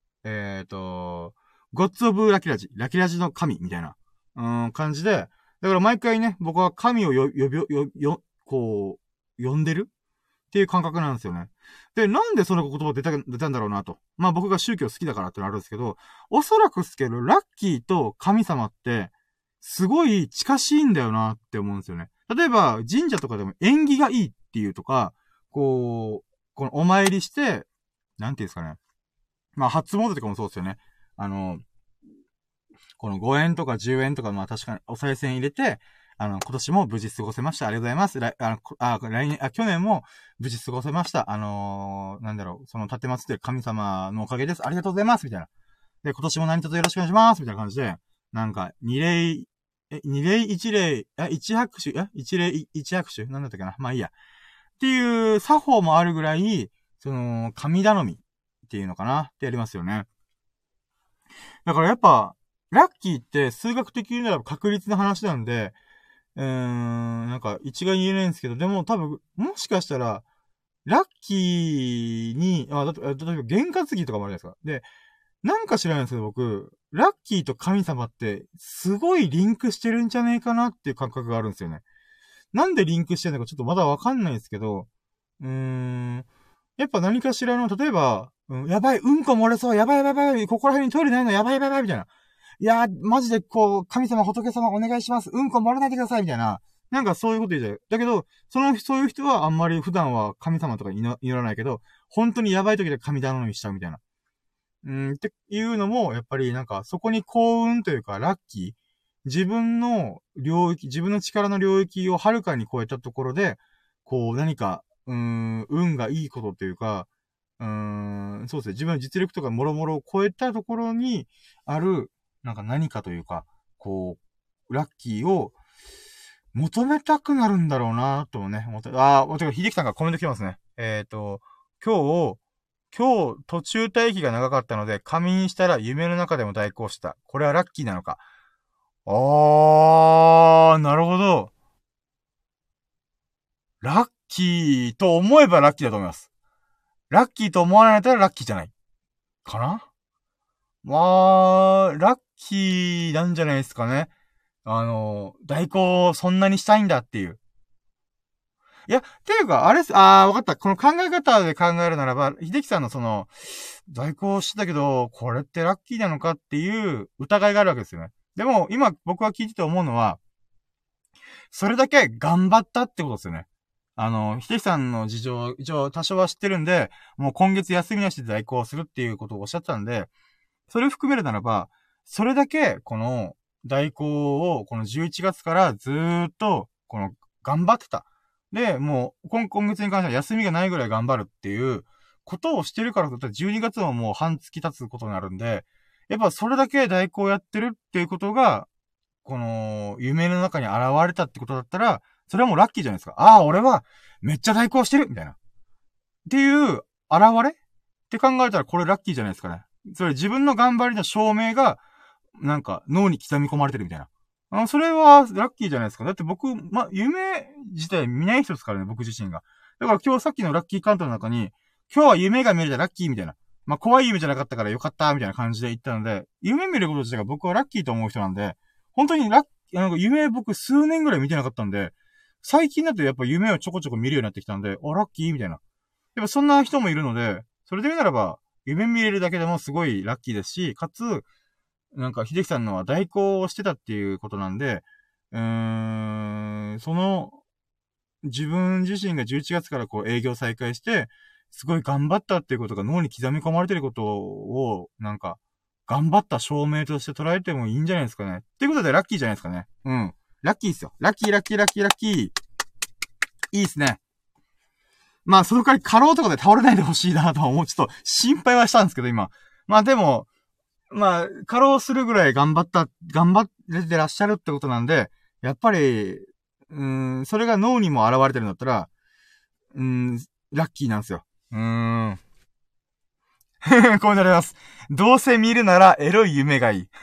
ゴッツオブラキラジ。ラキラジの神みたいな、感じで。だから毎回ね、僕は神をこう、呼んでるっていう感覚なんですよね。で、なんでその言葉出たんだろうなと。まあ僕が宗教好きだからってのあるんですけど、おそらくですけど、ラッキーと神様って、すごい近しいんだよなって思うんですよね。例えば、神社とかでも縁起がいいっていうとか、こう、このお参りして、なんていうんですかね。まあ、初詣とかもそうですよね。この5円とか10円とか、まあ確かにお賽銭入れて、今年も無事過ごせました。ありがとうございます。去年も無事過ごせました。なんだろう、その立てまつってる神様のおかげです。ありがとうございます。みたいな。で、今年も何卒よろしくお願いします。みたいな感じで、なんか、二礼一礼、一拍手、一礼一拍手なんだったっけな。まあいいや。っていう作法もあるぐらい、その、神頼みっていうのかなってやりますよね。だからやっぱ、ラッキーって数学的には確率の話なんで、なんか一概に言えないんですけど、でも多分、もしかしたら、ラッキーに、例えば験担ぎとかもあるじゃないですか。で、なんか知らないんですけど僕、ラッキーと神様って、すごいリンクしてるんじゃねえかなっていう感覚があるんですよね。なんでリンクしてるのかちょっとまだわかんないんですけど、やっぱ何かしらの、例えば、やばい、うんこ漏れそう、やばいやばいやばい、ここら辺にトイレないの、やばいやばいやばい、みたいな。いやー、マジでこう、神様、仏様お願いします。うんこ漏れないでください、みたいな。なんかそういうこと言うじゃん。だけど、そういう人はあんまり普段は神様とか祈らないけど、本当にやばい時で神頼みしちゃうみたいな。っていうのも、やっぱりなんか、そこに幸運というか、ラッキー、自分の領域、自分の力の領域をはるかに超えたところで、こう、何か、運がいいことというか、そうですね、自分の実力とかもろもろを超えたところにある、なんか何かというか、こう、ラッキーを求めたくなるんだろうなとね、もちろん、秀樹さんがコメント来てますね。今日、途中待機が長かったので、仮眠したら夢の中でも代行した。これはラッキーなのか。なるほど。ラッキーと思えばラッキーだと思います。ラッキーと思わないとラッキーじゃない。かな。ラッキーなんじゃないですかね。代行そんなにしたいんだっていう。いや、ていうか、あれっす、わかった。この考え方で考えるならば、秀樹さんのその、代行してたけど、これってラッキーなのかっていう疑いがあるわけですよね。でも、今僕は聞いてて思うのは、それだけ頑張ったってことですよね。秀樹さんの事情、一応多少は知ってるんで、もう今月休みなしで代行するっていうことをおっしゃってたんで、それを含めるならば、それだけ、この、代行を、この11月からずーっと、この、頑張ってた。で、もう、今月に関しては休みがないぐらい頑張るっていうことをしてるからだったら12月ももう半月経つことになるんで、やっぱそれだけ代行やってるっていうことが、この、夢の中に現れたってことだったら、それはもうラッキーじゃないですか。俺はめっちゃ代行してるみたいな。っていう、現れって考えたらこれラッキーじゃないですかね。それ自分の頑張りの証明が、 なんか脳に刻み込まれてるみたいな。それはラッキーじゃないですか。だって僕、夢自体見ない人ですからね、僕自身が。だから今日さっきのラッキーカウントの中に、今日は夢が見れたラッキーみたいな。怖い夢じゃなかったからよかったみたいな感じで言ったので、夢見ること自体が僕はラッキーと思う人なんで、本当になんか夢僕数年ぐらい見てなかったんで、最近だとやっぱ夢をちょこちょこ見るようになってきたんで、ラッキーみたいな。やっぱそんな人もいるので、それで言うならば、夢見れるだけでもすごいラッキーですし、かつ、なんか、秀樹さんのは代行をしてたっていうことなんで、その、自分自身が11月からこう営業再開して、すごい頑張ったっていうことが脳に刻み込まれてることを、なんか、頑張った証明として捉えてもいいんじゃないですかね。っていうことでラッキーじゃないですかね。うん。ラッキーっすよ。ラッキー、ラッキー、ラッキー、ラッキー。いいっすね。その代わり過労とかで倒れないでほしいなとは思う。ちょっと心配はしたんですけど、今。でも、過労するぐらい頑張れてらっしゃるってことなんで、やっぱり、それが脳にも現れてるんだったら、ラッキーなんですよ。こうなります。どうせ見るならエロい夢がいい。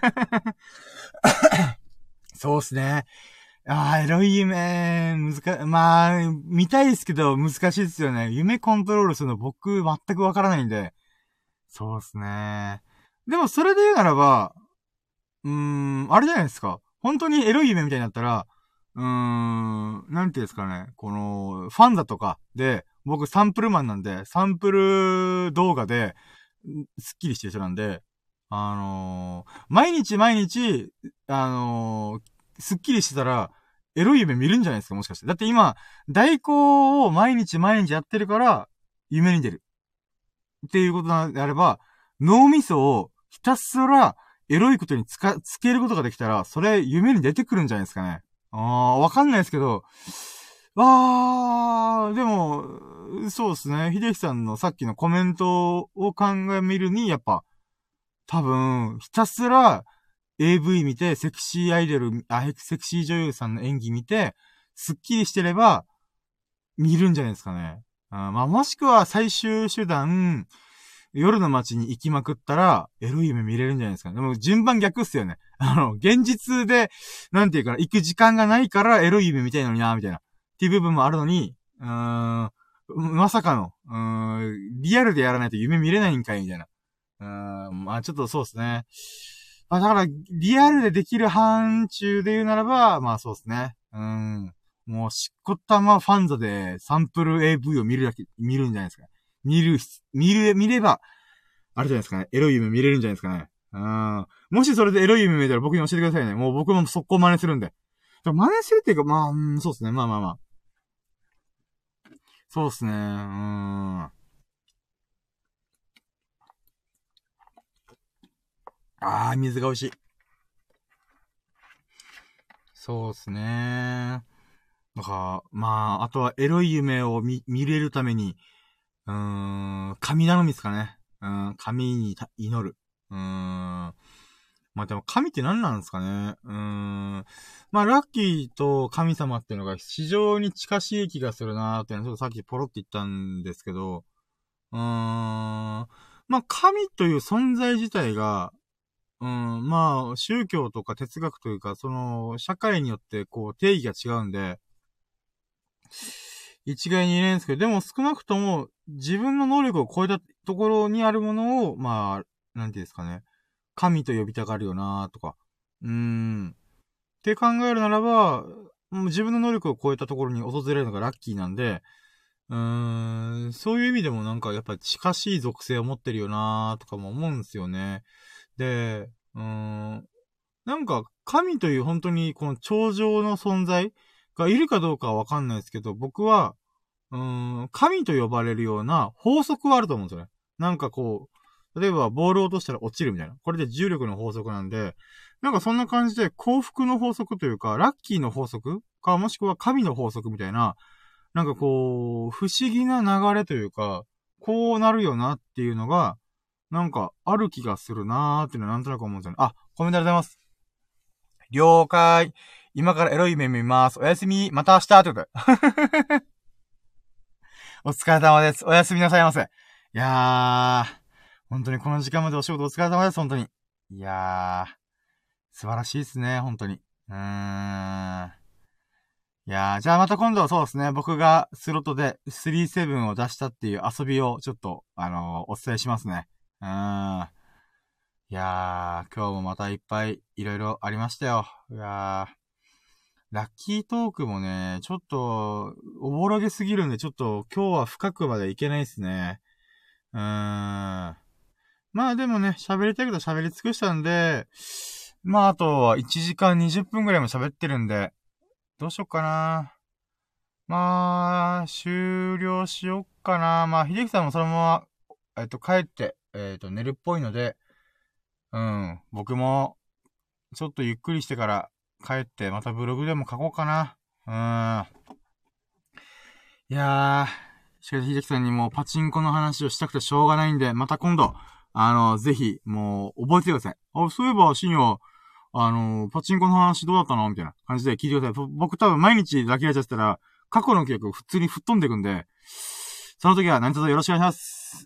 そうっすね。エロい夢、見たいですけど難しいですよね。夢コントロールするの僕全くわからないんで。そうっすね。でもそれで言うならば、あれじゃないですか。本当にエロい夢みたいになったら、なんていうんですかね。この、ファンザとかで、僕サンプルマンなんで、サンプル動画で、スッキリしてる人なんで、毎日毎日、スッキリしてたら、エロい夢見るんじゃないですか、もしかして。だって今、代行を毎日毎日やってるから、夢に出る。っていうことであれば、脳みそをひたすらエロいことにつけることができたら、それ夢に出てくるんじゃないですかね。わかんないですけど、でも、そうですね。秀樹さんのさっきのコメントを考えみるに、やっぱ、多分、ひたすら AV 見て、セクシーアイドル、セクシー女優さんの演技見て、スッキリしてれば、見るんじゃないですかね。もしくは最終手段、夜の街に行きまくったら、エロい夢見れるんじゃないですかね。でも順番逆っすよね。現実で、なんていうかな、行く時間がないからエロい夢見たいのにな、みたいな。っていう部分もあるのに、まさかの、リアルでやらないと夢見れないんかい、みたいな。ちょっとそうですね。だから、リアルでできる範疇で言うならば、そうですね。もう、しっこったまファンザでサンプル AV を見るんじゃないですか。見れば、あれじゃないですかね。エロい夢見れるんじゃないですかね。もしそれでエロい夢見たら僕に教えてくださいね。もう僕も速攻真似するんで。真似するっていうか、そうですね。そうですね。水が美味しい。そうですね。あとはエロい夢を見れるために、神頼みですかね。神に祈る。でも神って何なんですかね。ラッキーと神様っていうのが非常に近しい気がするなーっていうのはちょっとさっきポロって言ったんですけど、神という存在自体が、宗教とか哲学というか、その、社会によってこう定義が違うんで、一概に言えないんですけど、でも少なくとも自分の能力を超えたところにあるものを、なんていうんですかね。神と呼びたがるよなとか。って考えるならば、自分の能力を超えたところに訪れるのがラッキーなんで、そういう意味でもなんかやっぱ近しい属性を持ってるよなとかも思うんですよね。で、なんか神という本当にこの頂上の存在がいるかどうかはわかんないですけど、僕は、神と呼ばれるような法則はあると思うんですよね。なんかこう、例えばボールを落としたら落ちるみたいな。これで重力の法則なんで、なんかそんな感じで幸福の法則というか、ラッキーの法則か、もしくは神の法則みたいな、なんかこう、不思議な流れというか、こうなるよなっていうのが、なんかある気がするなーっていうのはなんとなく思うんですよね。コメントありがとうございます。了解。今からエロい夢見ます。おやすみ。また明日ってことで。お疲れ様です。おやすみなさいませ。いやー、本当にこの時間までお仕事お疲れ様です。本当に。 いやー、素晴らしいですね、本当に。いやー、じゃあまた今度そうですね、僕がスロットで37を出したっていう遊びをちょっと、お伝えしますね。いやー、今日もまたいっぱいいろいろありましたよ。いやー、ラッキートークもね、ちょっと、おぼろげすぎるんで、ちょっと今日は深くまでいけないですね。まあでもね、喋りたいこと喋り尽くしたんで、まああとは1時間20分ぐらいも喋ってるんで、どうしよっかな。まあ、終了しよっかな。まあ、秀樹さんもそのまま、帰って、寝るっぽいので、僕も、ちょっとゆっくりしてから帰って、またブログでも書こうかな。いやー、しかし秀樹さんにもうパチンコの話をしたくてしょうがないんで、また今度、ぜひ、もう、覚えてください。あ、そういえば、深夜、パチンコの話どうだったのみたいな感じで聞いてください。僕多分毎日ラッキーラジャーしたら、過去の記憶を普通に吹っ飛んでいくんで、その時は何卒よろしくお願いします。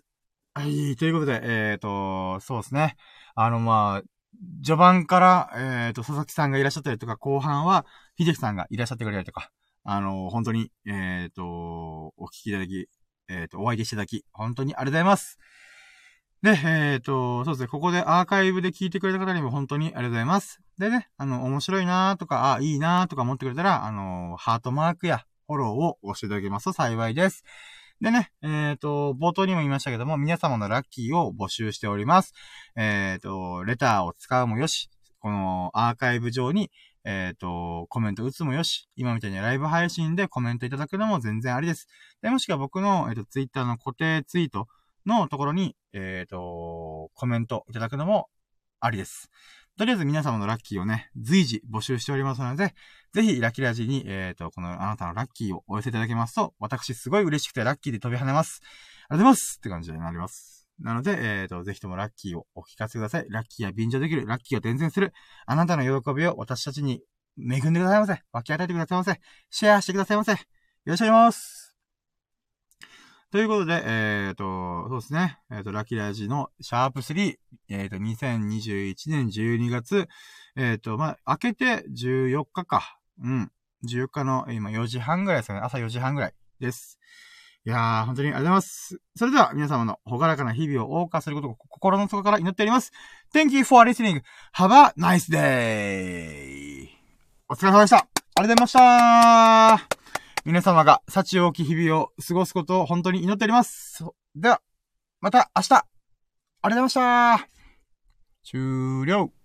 はい、ということで、そうですね。まあ、序盤から、佐々木さんがいらっしゃったりとか、後半は、秀樹さんがいらっしゃってくれたりとか、本当に、お聞きいただき、お相手していただき、本当にありがとうございます。で、そうですね、ここでアーカイブで聞いてくれた方にも本当にありがとうございます。でね、面白いなーとか、いいなーとか思ってくれたら、ハートマークやフォローを押していただけますと幸いです。でね、冒頭にも言いましたけども、皆様のラッキーを募集しております。レターを使うもよし、このアーカイブ上に、コメント打つもよし、今みたいにライブ配信でコメントいただくのも全然ありです。で、もしくは僕の、ツイッターの固定ツイートのところに、コメントいただくのもありです。とりあえず皆様のラッキーをね、随時募集しておりますので、ぜひラッキーラジに、このあなたのラッキーをお寄せいただけますと、私すごい嬉しくてラッキーで飛び跳ねます。ありがとうございますって感じになります。なので、ぜひともラッキーをお聞かせください。ラッキーは便乗できる。ラッキーを伝染する。あなたの喜びを私たちに恵んでくださいませ。分け与えてくださいませ。シェアしてくださいませ。よろしくお願いします。ということで、そうですね。ラッキーラジのシャープ3、2021年12月、明けて14日か。14日の今4時半ぐらいですね。朝4時半ぐらいです。いやー、本当にありがとうございます。それでは皆様のほがらかな日々を謳歌することを心の底から祈っております。Thank you for listening. Have a nice day. お疲れ様でした。ありがとうございました。皆様が幸多き日々を過ごすことを本当に祈っております。では、また明日ありがとうございました。終了。